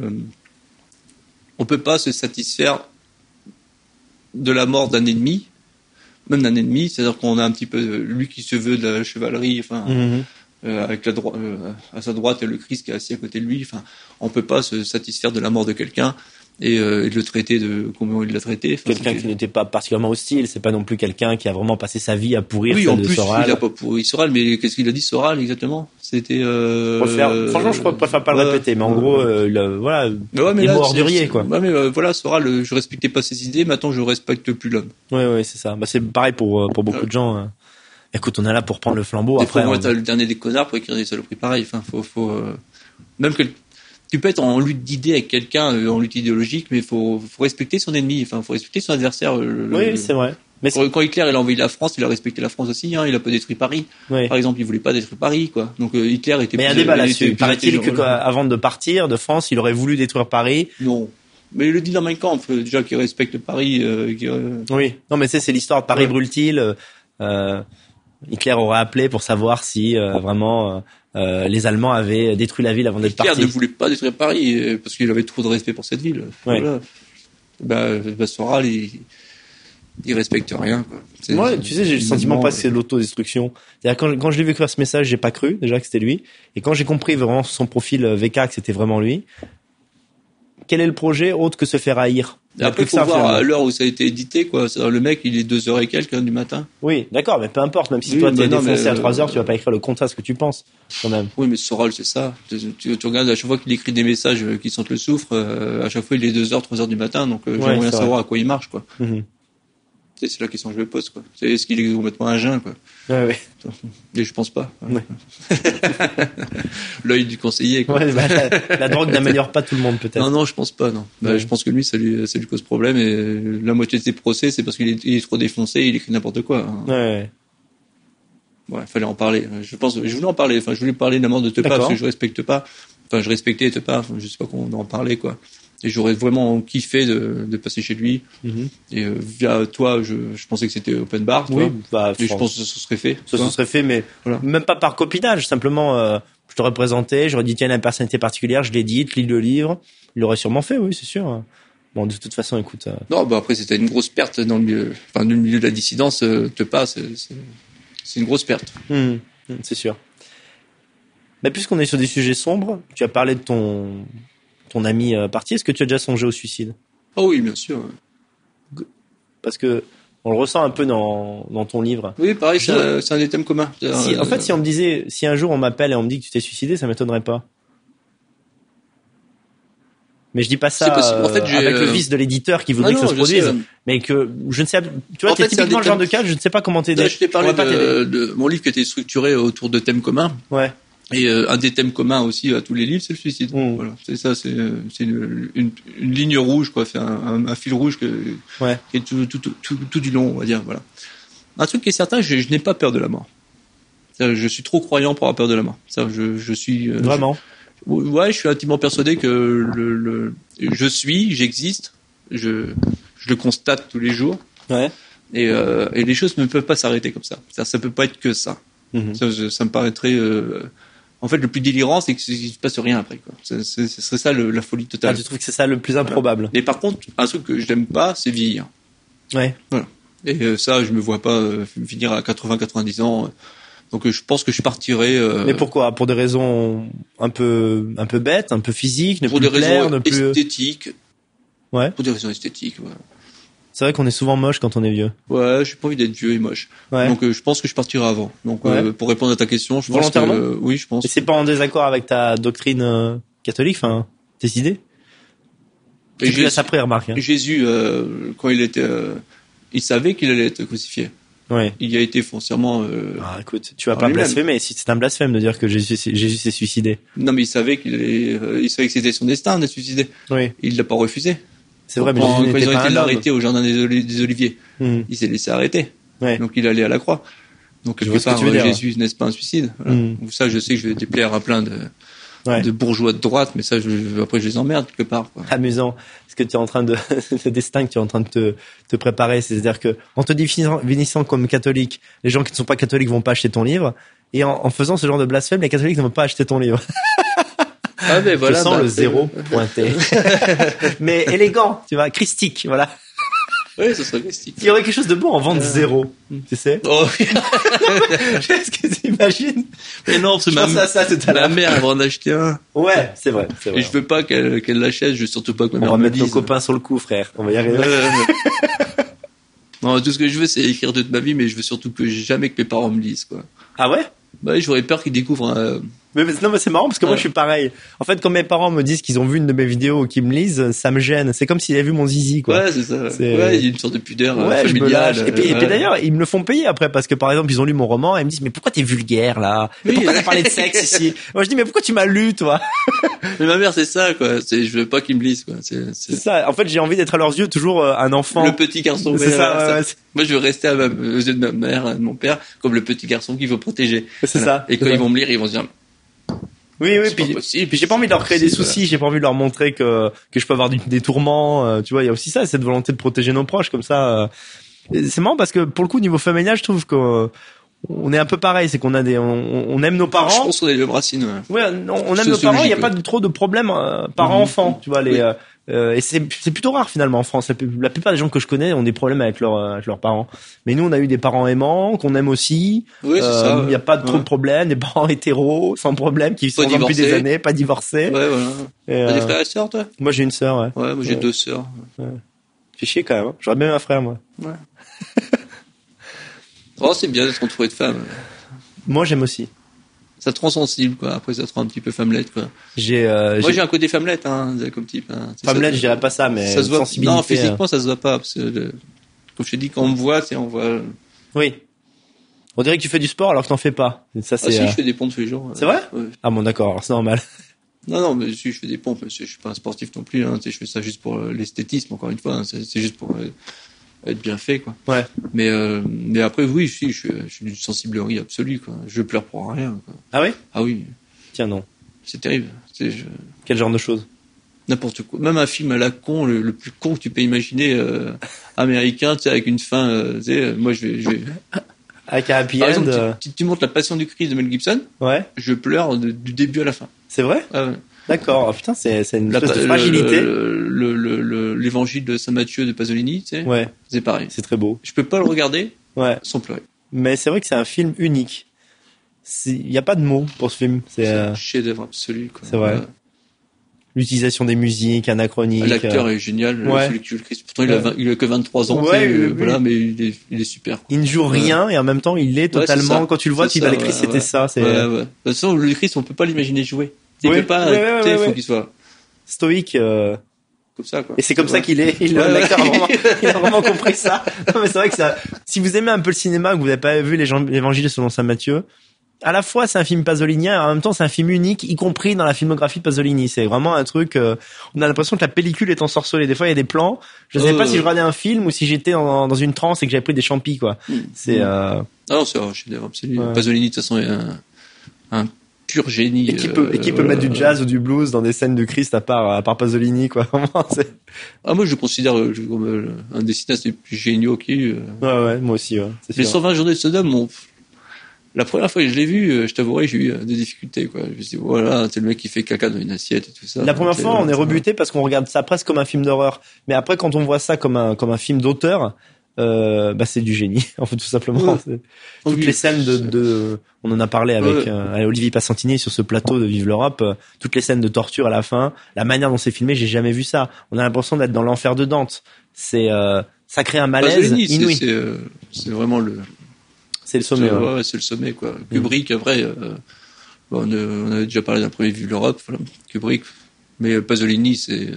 on peut pas se satisfaire de la mort d'un ennemi, même d'un ennemi. C'est-à-dire qu'on a un petit peu lui qui se veut de la chevalerie, enfin, avec à sa droite et le Christ qui est assis à côté de lui. Enfin, on peut pas se satisfaire de la mort de quelqu'un. Et de le traiter de comment il l'a traité. Enfin, quelqu'un qui n'était pas particulièrement hostile, c'est pas non plus quelqu'un qui a vraiment passé sa vie à pourrir oui, celle en de plus, Soral. Il a pas pourri Soral, mais qu'est-ce qu'il a dit Soral exactement? C'était franchement, je préfère pas le répéter, mais en gros, voilà, mais il est mort durier, quoi. Ouais, mais voilà, Soral, je respectais pas ses idées, maintenant je respecte plus l'homme. Ouais, c'est ça. Bah, c'est pareil pour beaucoup de gens. Écoute, on est là pour prendre le flambeau. Et après, moi, t'as le dernier des connards pour écrire des saloperies pareilles. Enfin, faut même que tu peux être en lutte d'idées avec quelqu'un, en lutte idéologique, mais faut respecter son ennemi. Enfin, faut respecter son adversaire. Oui, c'est vrai. Mais quand Hitler il a envahi la France, il a respecté la France aussi. Hein, il a pas détruit Paris. Oui. Par exemple, il voulait pas détruire Paris, quoi. Donc Hitler était. Mais il y a un débat là-dessus. Paraît-il que avant de partir de France, il aurait voulu détruire Paris. Non. Mais il le dit dans Mein Kampf, déjà qu'il respecte Paris. Oui. Non, mais c'est l'histoire de Paris brûle-t-il. Hitler aurait appelé pour savoir si vraiment les Allemands avaient détruit la ville avant d'être partis. Hitler ne voulait pas détruire Paris parce qu'il avait trop de respect pour cette ville. Ouais. Voilà. Bah Soral, il respecte rien, quoi. Moi, tu sais, j'ai le sentiment pas que c'est de l'autodestruction. C'est-à-dire quand je l'ai vu écrire ce message, j'ai pas cru déjà que c'était lui. Et quand j'ai compris vraiment son profil VK que c'était vraiment lui, quel est le projet autre que se faire haïr? Et après, il faut voir à l'heure où ça a été édité, quoi. Le mec, il est 2h et quelques du matin. Oui, d'accord, mais peu importe. Même si toi, t'es défoncé à 3h, tu vas pas écrire le contraire de ce que tu penses, quand même. Oui, mais Soral, c'est ça. Tu regardes, à chaque fois qu'il écrit des messages qui sentent le soufre, à chaque fois, il est 2h, 3h du matin, donc j'aimerais bien savoir à quoi il marche, quoi. C'est la question que je me pose, quoi. Est-ce qu'il est complètement à jeun, quoi? Ouais. Et je pense pas. Ouais. L'œil du conseiller, quoi. Ouais, la drogue n'améliore pas tout le monde, peut-être. Non, je pense pas, non. Je pense que lui, ça lui cause problème, et la moitié de ses procès, c'est parce qu'il est trop défoncé, il écrit n'importe quoi. Hein. Ouais. Ouais, fallait en parler. Je voulais en parler. Enfin, je voulais parler de la mort de Tepa, parce que je respecte pas. Enfin, je respectais Tepa, je sais pas qu'on en parlait, quoi. Et j'aurais vraiment kiffé de passer chez lui. Et via toi, je pensais que c'était open bar. Oui, et je pense que ce serait fait. Ça se serait fait, mais voilà. Même pas par copinage. Simplement, je t'aurais présenté, j'aurais dit tiens, il y a une personnalité particulière, je l'ai dit, lis le livre. Il l'aurait sûrement fait, oui, c'est sûr. Bon, de toute façon, écoute. Non, après c'était une grosse perte dans le milieu de la dissidence. Tepa, c'est une grosse perte. C'est sûr. Mais puisqu'on est sur des sujets sombres, tu as parlé de ton ami parti, est-ce que tu as déjà songé au suicide? Oh oui, bien sûr. Parce que on le ressent un peu dans ton livre. Oui, pareil, c'est un des thèmes communs. En fait, si on me disait, si un jour on m'appelle et on me dit que tu t'es suicidé, ça m'étonnerait pas. Mais je dis pas ça en fait, avec le vice de l'éditeur qui voudrait que ça se produise, mais que je ne sais, tu vois, c'est typiquement le genre de cas, je ne sais pas comment t'aider. Je t'ai parlé de mon livre qui était structuré autour de thèmes communs. Ouais. Et un des thèmes communs aussi à tous les livres, c'est le suicide. Voilà, c'est ça, c'est une ligne rouge, quoi, c'est un fil rouge qui est tout du long, on va dire. Voilà. Un truc qui est certain, je n'ai pas peur de la mort. Je suis trop croyant pour avoir peur de la mort. Je suis vraiment. Ouais, je suis intimement persuadé que j'existe, je le constate tous les jours. Ouais. Et les choses ne peuvent pas s'arrêter comme ça. Ça peut pas être que ça. Ça me paraîtrait En fait, le plus délirant, c'est qu'il se passe rien après, quoi. Ce serait ça la folie totale. Ah, tu trouves que c'est ça le plus improbable? Et par contre, un truc que je n'aime pas, c'est vieillir. Ouais. Voilà. Et ça, je me vois pas finir à 80-90 ans. Donc je pense que je partirai. Mais pourquoi? Pour des raisons un peu bêtes, un peu physiques, pour des raisons esthétiques. Ouais. Pour des raisons esthétiques. Ouais. C'est vrai qu'on est souvent moche quand on est vieux. Ouais, j'ai pas envie d'être vieux et moche. Ouais. Donc je pense que je partirai avant. Donc pour répondre à ta question, je pense que oui, je pense. Et c'est pas en désaccord avec ta doctrine catholique, enfin tes idées? Et tu l'as appris, remarque. Hein. Jésus, quand il était, il savait qu'il allait être crucifié. Ouais. Il y a été foncièrement. Ah, écoute, tu vas pas blasphémer. Si c'est un blasphème de dire que Jésus s'est suicidé. Non, mais il savait il savait que c'était son destin d'être suicidé. Oui. Il l'a pas refusé. C'est vrai, mais quand ils ont été l'arrêter au jardin des Oliviers, il s'est laissé arrêter. Ouais. Donc il allait à la croix. Donc quelque part, Jésus n'est-ce pas un suicide. Voilà. Ça, je sais que je vais déplaire à plein de bourgeois de droite, mais ça, après, je les emmerde quelque part. Quoi. Amusant. Ce que tu es en train le destin que tu es en train de te préparer, c'est-à-dire que en te définissant comme catholique, les gens qui ne sont pas catholiques vont pas acheter ton livre, et en faisant ce genre de blasphème, les catholiques ne vont pas acheter ton livre. Ah mais voilà. Je sens le zéro pointé. Mais élégant, tu vois, christique, voilà. Oui, ce serait christique. Il y aurait quelque chose de bon en vente zéro, tu sais. Oh. Qu'est-ce que tu imagines? Mais non, c'est ma mère, elle va en acheter un. Ouais, c'est vrai. Et je veux pas qu'elle l'achète, je veux surtout pas que ma mère me dise. On va mettre nos copains sur le coup, frère. On va y arriver. Non, tout ce que je veux, c'est écrire toute ma vie, mais je veux surtout que jamais que mes parents me lisent, quoi. Ah ouais? Bah, j'aurais peur qu'ils découvrent mais c'est marrant parce que moi je suis pareil. En fait, quand mes parents me disent qu'ils ont vu une de mes vidéos ou qu'ils me lisent, ça me gêne. C'est comme s'ils avaient vu mon zizi, quoi. Ouais, c'est ça. Ouais, il y a une sorte de pudeur familiale. Et puis d'ailleurs, ils me le font payer après parce que par exemple, ils ont lu mon roman et ils me disent mais pourquoi t'es vulgaire là? Mais pourquoi t'as parlé de sexe ici? Moi je dis mais pourquoi tu m'as lu, toi? Mais ma mère, c'est ça, quoi. Je veux pas qu'ils me lisent, quoi. C'est ça. En fait, j'ai envie d'être à leurs yeux toujours un enfant. Le petit garçon. C'est ça. Moi, je veux rester aux yeux de ma mère, de mon père, comme le petit garçon qu'il faut protéger. C'est ça. Et quand ils vont me lire, ils vont se dire. Oui, puis j'ai pas envie de leur créer des soucis, j'ai pas envie de leur montrer que je peux avoir des tourments, tu vois, il y a aussi ça, cette volonté de protéger nos proches comme ça. C'est marrant parce que pour le coup, niveau familial, je trouve que on est un peu pareil, c'est qu'on a on aime nos parents. Je pense qu'on a les mêmes racines. Ouais, on aime nos parents, il y a pas trop de problèmes parents-enfants, tu vois, et c'est plutôt rare finalement en France. La plupart des gens que je connais ont des problèmes avec leurs parents. Mais nous, on a eu des parents aimants qu'on aime aussi. Oui, c'est ça. Il y a pas trop de problèmes, des parents hétéros sans problème qui sont depuis des années, pas divorcés. Ouais, voilà. T'as des frères et sœurs, toi? Moi, j'ai une sœur, ouais. Ouais, moi j'ai 2 sœurs. Ouais. Fais chier quand même. Hein. J'aurais bien un frère, moi. Ouais. Oh, c'est bien d'être entouré de femmes. Moi, j'aime aussi. Ça te rend sensible, quoi. Après, ça te rend un petit peu femmelette, quoi. Moi, j'ai un côté femmelette, hein, comme type. Hein. Femmelette, je dirais pas ça, mais ça se voit. Sensibilité. Non, physiquement, ça se voit pas, parce que, comme je t'ai dit, quand on me voit, on voit. Oui. On dirait que tu fais du sport alors que t'en fais pas. Et ça, c'est. Ah si, je fais des pompes tous les jours. C'est vrai? Ouais. Ah bon, d'accord, alors c'est normal. Non, mais si, je fais des pompes, je suis pas un sportif non plus, hein. Je fais ça juste pour l'esthétisme, encore une fois, hein. C'est juste pour être bien fait, quoi. Ouais. Mais après, oui, si, je suis d'une sensiblerie absolue, quoi. Je pleure pour rien, quoi. Ah oui? Ah oui. Tiens, non. C'est terrible. Quel genre de choses? N'importe quoi. Même un film à la con, le plus con que tu peux imaginer, américain, tu sais, avec une fin, tu sais, moi je vais... Avec un happy Par end. exemple, tu montres La Passion du Christ de Mel Gibson. Ouais. Je pleure du début à la fin. C'est vrai? Ah ouais. D'accord. Oh, putain, c'est une espèce de fragilité. L'évangile de Saint Matthieu de Pasolini, tu sais. Ouais. C'est pareil. C'est très beau. Je peux pas le regarder. Ouais. Sans pleurer. Mais c'est vrai que c'est un film unique. Il y a pas de mots pour ce film. C'est un chef-d'œuvre absolu, quoi. C'est vrai. Ouais. L'utilisation des musiques anachroniques. L'acteur est génial, celui qui joue le Christ. Pourtant, il a que 23 ans, voilà, mais il est super. Il ne joue rien et en même temps, il est totalement, quand tu le vois, tu dis, le Christ, c'était ça, c'est... Ouais. De toute façon, le Christ, on peut pas l'imaginer jouer. Il peut pas, il faut qu'il soit stoïque, comme ça, quoi. Et c'est comme ça qu'il est. L'acteur il a vraiment compris ça. Non, mais c'est vrai que ça, si vous aimez un peu le cinéma, que vous n'avez pas vu l'Évangile selon saint Matthieu, à la fois c'est un film pasolinien et en même temps c'est un film unique, y compris dans la filmographie de Pasolini. C'est vraiment un truc, on a l'impression que la pellicule est ensorcelée. Des fois il y a des plans, je ne savais pas si je regardais un film ou si j'étais dans une transe et que j'avais pris des champis, quoi. C'est non, c'est un chef-d'œuvre absolu. Pasolini, de toute façon, est un pur génie. Et qui peut mettre du jazz ou du blues dans des scènes du Christ à part Pasolini, quoi. Vraiment, c'est... Ah, moi je le considère comme un des cinéastes les plus géniaux qui Ouais, moi aussi, ouais. Les 120 journées de Sodome, La première fois que je l'ai vu, je t'avouerai, j'ai eu des difficultés, quoi. Je me suis dit, voilà, c'est le mec qui fait caca dans une assiette et tout ça. La première fois, on est rebuté parce qu'on regarde ça presque comme un film d'horreur. Mais après, quand on voit ça comme un film d'auteur, c'est du génie, en fait, tout simplement. Ouais. Toutes les scènes on en a parlé avec Olivier Passantini sur ce plateau de Vive l'Europe, toutes les scènes de torture à la fin, la manière dont c'est filmé, j'ai jamais vu ça. On a l'impression d'être dans l'enfer de Dante. Ça crée un malaise inouï. C'est vraiment c'est le sommet. Ouais, c'est le sommet, quoi. Kubrick, après, on avait déjà parlé d'un premier Vive l'Europe, voilà. Kubrick, mais Pasolini, c'est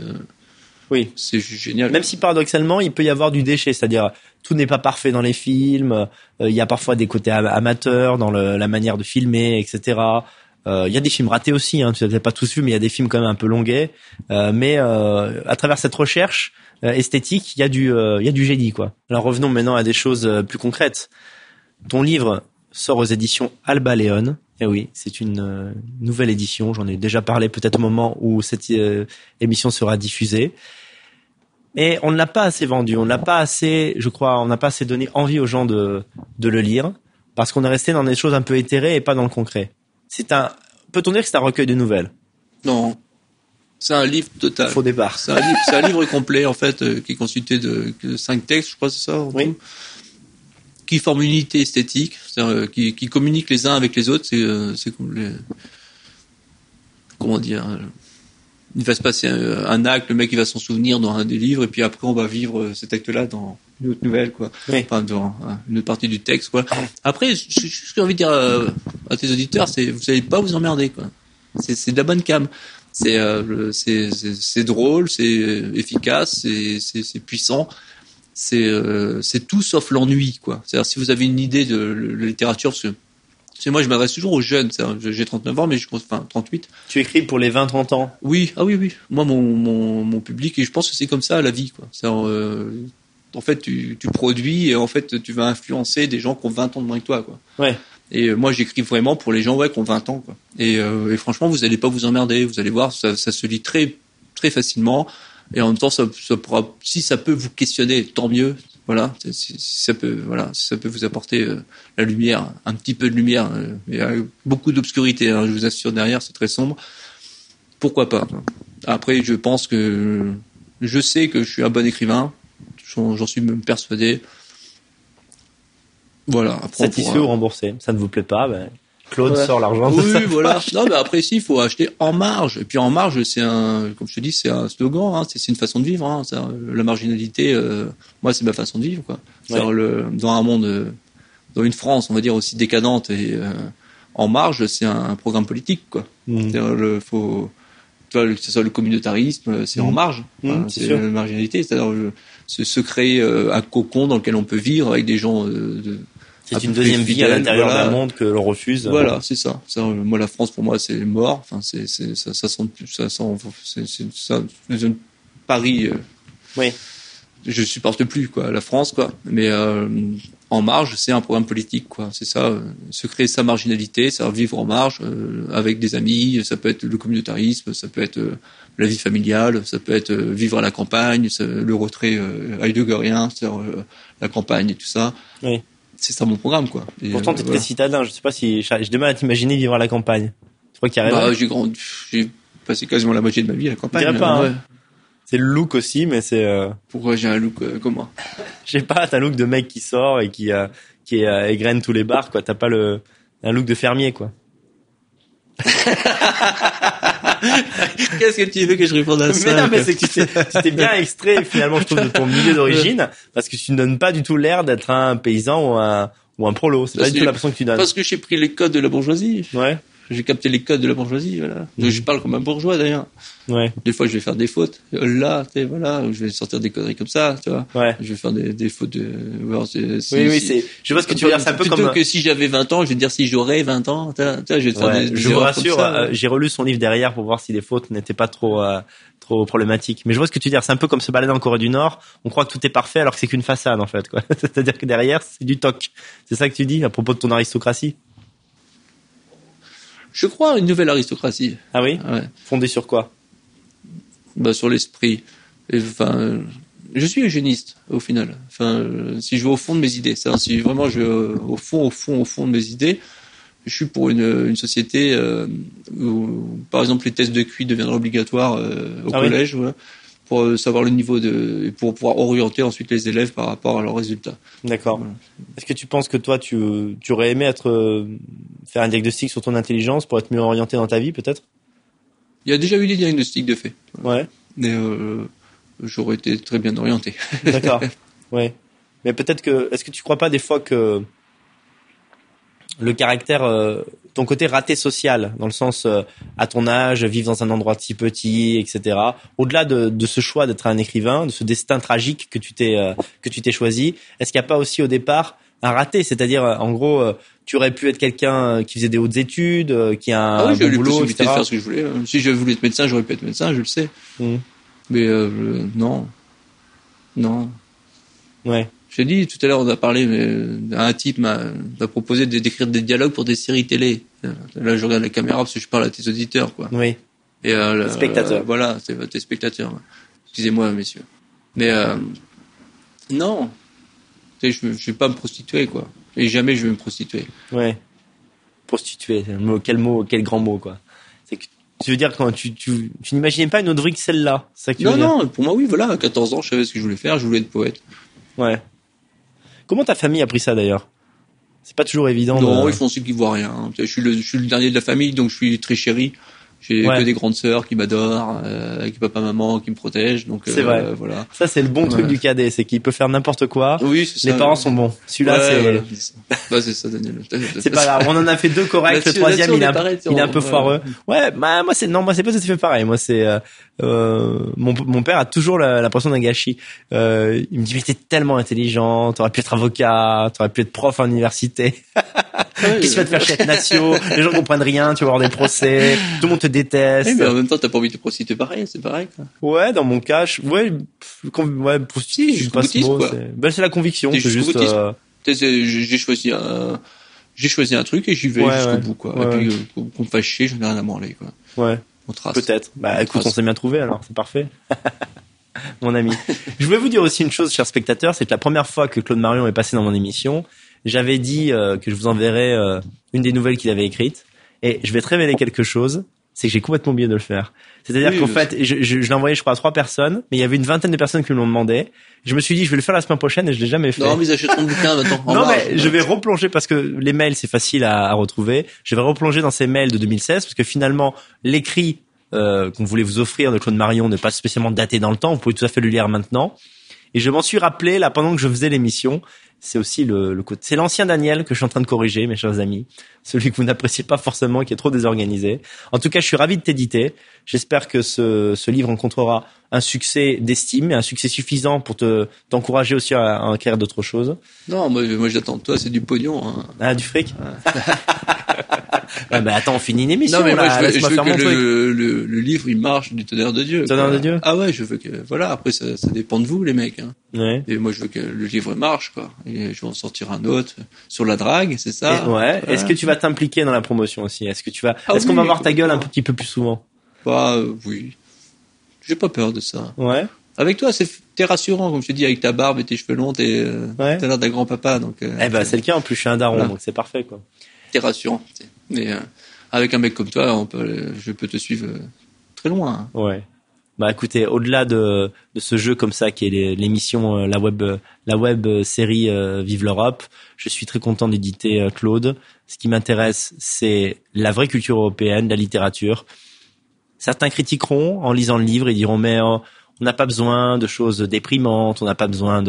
juste génial. Même si paradoxalement, il peut y avoir du déchet, c'est-à-dire tout n'est pas parfait dans les films, il y a parfois des côtés amateurs dans la manière de filmer, etc. Il y a des films ratés aussi, hein, tu n'as pas tous vu, mais il y a des films quand même un peu longuets. Mais à travers cette recherche esthétique, il y a du génie, quoi. Alors revenons maintenant à des choses plus concrètes. Ton livre sort aux éditions Alba León. Eh oui, c'est une nouvelle édition. J'en ai déjà parlé peut-être au moment où cette émission sera diffusée. Et on ne l'a pas assez vendu. On n'a pas assez donné envie aux gens de le lire parce qu'on est resté dans des choses un peu éthérées et pas dans le concret. Peut-on dire que c'est un recueil de nouvelles? Non. C'est un livre total. Faux départ. C'est un livre complet, en fait, qui est constitué de 5 textes, je crois, c'est ça? Oui. Qui forment une unité esthétique, c'est-à-dire qui communiquent les uns avec les autres. C'est comme comment dire, il va se passer un acte, le mec il va s'en souvenir dans un des livres, et puis après on va vivre cet acte-là dans une autre nouvelle, quoi. Oui. Enfin, dans une autre partie du texte, quoi. Après, ce que j'ai envie de dire à tes auditeurs, c'est vous allez pas vous emmerder, quoi. C'est de la bonne cam. C'est drôle, c'est efficace, c'est puissant. C'est tout sauf l'ennui, quoi. C'est-à-dire, si vous avez une idée de la littérature, parce que moi je m'adresse toujours aux jeunes, j'ai 39 ans, mais 38. Tu écris pour les 20-30 ans? Oui, oui. Moi, mon public, et je pense que c'est comme ça à la vie, quoi. En fait, tu produis, et en fait, tu vas influencer des gens qui ont 20 ans de moins que toi, quoi. Ouais. Et moi, j'écris vraiment pour les gens, qui ont 20 ans, quoi. Et franchement, vous allez pas vous emmerder, vous allez voir, ça se lit très, très facilement. Et en même temps, ça pourra, si ça peut vous questionner, tant mieux. Voilà, si ça peut vous apporter la lumière, un petit peu de lumière. Il y a beaucoup d'obscurité, hein, je vous assure, derrière, c'est très sombre. Pourquoi pas? Après, je sais que je suis un bon écrivain. J'en suis même persuadé. Voilà. Après, satisfait ou remboursé? Ça ne vous plaît pas? Claude sort l'argent. Oui, voilà. Non, mais après, il faut acheter en marge. Et puis, en marge, comme je te dis, c'est un slogan, hein. C'est une façon de vivre, hein. La marginalité, moi, c'est ma façon de vivre, quoi. Ouais. Dans un monde, dans une France, on va dire, aussi décadente et, en marge, c'est un programme politique, quoi. C'est-à-dire, que ce soit le communautarisme, c'est en marge. C'est la marginalité. C'est-à-dire, se créer un cocon dans lequel on peut vivre avec des gens, c'est une deuxième vie à l'intérieur d'un monde que l'on refuse. Voilà, c'est ça. Moi, la France, pour moi, c'est mort. Enfin, Paris. Oui. Je supporte plus, quoi, la France, quoi. Mais en marge, c'est un programme politique, quoi. C'est ça. Se créer sa marginalité, ça vivre en marge avec des amis. Ça peut être le communautarisme, ça peut être la vie familiale, ça peut être vivre à la campagne, le retrait heideggerien, c'est-à-dire la campagne et tout ça. Oui. C'est ça mon programme, quoi. Et pourtant, t'es très citadin. Je sais pas si j'ai du mal à t'imaginer vivre à la campagne. Tu crois qu'il y a raison? J'ai passé quasiment la moitié de ma vie à la campagne. Je dirais pas, hein. C'est le look aussi, mais c'est. Pourquoi j'ai un look comment? Je sais pas, t'as un look de mec qui sort et qui égrène tous les bars, quoi. T'as pas un look de fermier, quoi. Qu'est-ce que tu veux que je réponde à ça? Mais non, mais c'est que tu t'es bien extrait, finalement, je trouve, de ton milieu d'origine, parce que tu ne donnes pas du tout l'air d'être un paysan ou un prolo. C'est pas du tout l'impression que tu donnes. Parce que j'ai pris les codes de la bourgeoisie. Ouais. J'ai capté les codes de la bourgeoisie, voilà. Je parle comme un bourgeois, d'ailleurs. Ouais. Des fois, je vais faire des fautes. Là, tu sais, voilà, je vais sortir des conneries comme ça, tu vois. Ouais. Je vais faire des fautes de... je vois ce que tu veux dire, c'est un peu plutôt comme... que si j'avais 20 ans, je vais te dire si j'aurais 20 ans, tu vois, je vais te faire des je vous rassure, j'ai relu son livre derrière pour voir si les fautes n'étaient pas trop problématiques. Mais je vois ce que tu veux dire, c'est un peu comme se balader en Corée du Nord. On croit que tout est parfait alors que c'est qu'une façade, en fait, quoi. C'est-à-dire que derrière, c'est du toc. C'est ça que tu dis à propos de ton aristocratie? Je crois à une nouvelle aristocratie. Ah oui? Ouais. Fondée sur quoi? Sur l'esprit. Enfin, je suis eugéniste, au final. Enfin, si je vais au fond de mes idées, si vraiment je vais au fond de mes idées, je suis pour une société où, par exemple, les tests de QI deviendraient obligatoires au collège, voilà, pour savoir le niveau et pour pouvoir orienter ensuite les élèves par rapport à leurs résultats. D'accord. Voilà. Est-ce que tu penses que toi, tu aurais aimé faire un diagnostic sur ton intelligence pour être mieux orienté dans ta vie, peut-être? Il y a déjà eu des diagnostics de fait. Ouais. Mais j'aurais été très bien orienté. D'accord. Ouais. Mais peut-être est-ce que tu crois pas des fois que le caractère, ton côté raté social, dans le sens à ton âge, vivre dans un endroit si petit, etc. Au-delà de ce choix d'être un écrivain, de ce destin tragique que tu t'es choisi, est-ce qu'il n'y a pas aussi au départ un raté, c'est-à-dire en gros, tu aurais pu être quelqu'un qui faisait des hautes études, qui a un bon boulot, etc. De faire ce que je voulais. Si je voulais être médecin, j'aurais pu être médecin, je le sais. Mais non. Ouais. J'ai dit tout à l'heure, on a parlé, mais un type m'a proposé d'écrire des dialogues pour des séries télé. Là, je regarde la caméra parce que je parle à tes auditeurs, quoi. Oui. Et spectateurs. Voilà, c'est tes spectateurs. Excusez-moi, messieurs. Mais non, je vais pas me prostituer, quoi. Et jamais je vais me prostituer. Ouais. Prostituer, quel grand mot, quoi. C'est que tu veux dire quand tu n'imaginais pas une autre vie que celle-là, c'est ça que tu veux dire? Non, pour moi oui, voilà, à 14 ans, je savais ce que je voulais faire, je voulais être poète. Ouais. Comment ta famille a pris ça d'ailleurs? C'est pas toujours évident. Non, ils font ce qu'ils voient rien. Je suis le dernier de la famille, donc je suis très chéri. J'ai que des grandes sœurs qui m'adorent, avec papa, maman qui me protègent. Donc c'est vrai. Voilà. Ça c'est le bon truc du cadet, c'est qu'il peut faire n'importe quoi. Oui, c'est ça. Les parents sont bons. Celui-là c'est ça, Daniel. C'est pas grave. On en a fait 2 corrects. Le troisième, il est un peu foireux. Ouais, moi c'est pas tout à fait pareil. Moi c'est mon père a toujours l'impression d'un gâchis. Il me dit mais t'es tellement intelligent, t'aurais pu être avocat, t'aurais pu être prof à l'université. Qu'est-ce que tu vas te faire chez Natio? Les gens comprennent rien, tu vas avoir des procès, tout le monde te déteste. Oui, mais en même temps, t'as pas envie de te prostituer pareil, c'est pareil, quoi. Ouais, dans mon cas, prostituer, je sais pas ce mot, c'est la conviction, c'est juste, j'ai choisi un truc et j'y vais jusqu'au bout, quoi. Et puis, qu'on me fasse chier, j'en ai rien à branler, quoi. Ouais. On trace. Peut-être. Bah, écoute, on s'est bien trouvé, alors, c'est parfait. Mon ami. Je voulais vous dire aussi une chose, chers spectateurs, c'est que la première fois que Claude Marion est passé dans mon émission, j'avais dit que je vous enverrais une des nouvelles qu'il avait écrites, et je vais te révéler quelque chose, c'est que j'ai complètement oublié de le faire. C'est-à-dire qu'en fait, je l'ai envoyé, je crois, à 3 personnes, mais il y avait une vingtaine de personnes qui me l'ont demandé. Je me suis dit, je vais le faire la semaine prochaine, et je l'ai jamais fait. Non, mais ils achèteront le bouquin maintenant. Non, mais je vais replonger parce que les mails, c'est facile à retrouver. Je vais replonger dans ces mails de 2016 parce que finalement, l'écrit qu'on voulait vous offrir de Claude Marion n'est pas spécialement daté dans le temps. Vous pouvez tout à fait le lire maintenant. Et je m'en suis rappelé là pendant que je faisais l'émission. C'est aussi le côté. C'est l'ancien Daniel que je suis en train de corriger, mes chers amis. Celui que vous n'appréciez pas forcément, qui est trop désorganisé. En tout cas, je suis ravi de t'éditer. J'espère que ce livre rencontrera un succès d'estime et un succès suffisant pour t'encourager aussi à écrire d'autres choses. Non, moi j'attends de toi, c'est du pognon. Hein. Ah, du fric. Ouais, bah attends, on finit une émission. Non, mais là, moi, je veux que le livre il marche du tonnerre de Dieu. Tonnerre de Dieu. Ah ouais, je veux que voilà. Après, ça dépend de vous, les mecs. Hein. Ouais. Et moi, je veux que le livre marche, quoi. Et je vais en sortir un autre sur la drague, c'est ça. Et, ouais. Voilà. Est-ce que tu vas t'impliquer dans la promotion aussi? Est-ce qu'on va voir ta gueule un petit peu plus souvent? Bah oui. J'ai pas peur de ça. Ouais. Avec toi, t'es rassurant, comme je te dis, avec ta barbe et tes cheveux longs, t'as l'air d'un grand-papa, donc. C'est le cas. En plus, je suis un daron, donc c'est parfait, quoi. T'es rassurant. Mais avec un mec comme toi, je peux te suivre très loin. Hein. Ouais. Bah écoutez, au-delà de ce jeu comme ça qui est l'émission la web série Vive l'Europe, je suis très content d'éditer Claude. Ce qui m'intéresse, c'est la vraie culture européenne, la littérature. Certains critiqueront en lisant le livre et diront mais on n'a pas besoin de choses déprimantes, on n'a pas besoin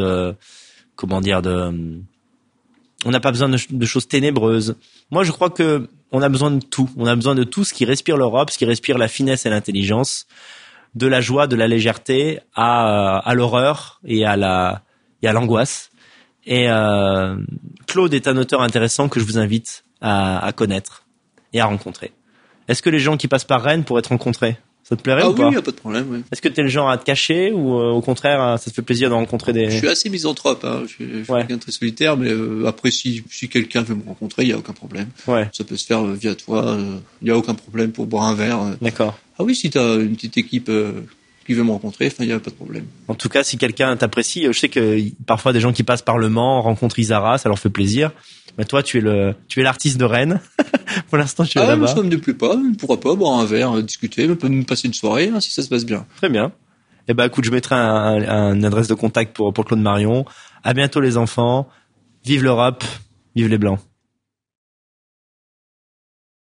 on n'a pas besoin de choses ténébreuses. Moi, je crois que on a besoin de tout. On a besoin de tout ce qui respire l'Europe, ce qui respire la finesse et l'intelligence, de la joie, de la légèreté à l'horreur et à l'angoisse. Et Claude est un auteur intéressant que je vous invite à connaître et à rencontrer. Est-ce que les gens qui passent par Rennes pourraient te rencontrer? Ça te plairait ou pas? Oui, y a pas de problème, oui. Est-ce que t'es le genre à te cacher ou au contraire, ça te fait plaisir de rencontrer des... Je suis assez misanthrope, hein. Je suis quelqu'un de très solitaire, mais après, si quelqu'un veut me rencontrer, il y a aucun problème. Ouais. Ça peut se faire via toi, il y a aucun problème pour boire un verre. D'accord. Ah oui, si t'as une petite équipe qui veut me rencontrer, il y a pas de problème. En tout cas, si quelqu'un t'apprécie, je sais que parfois des gens qui passent par Le Mans rencontrent Isara, ça leur fait plaisir. Mais toi, tu es l'artiste de Rennes. Pour l'instant, tu es Ah ouais, mais là-bas. ça me déplaît pas. Pourquoi pas boire un verre, discuter, même passer une soirée, hein, si ça se passe bien. Très bien. Eh ben, écoute, je mettrai un adresse de contact pour Claude Marion. À bientôt les enfants. Vive l'Europe. Vive les Blancs.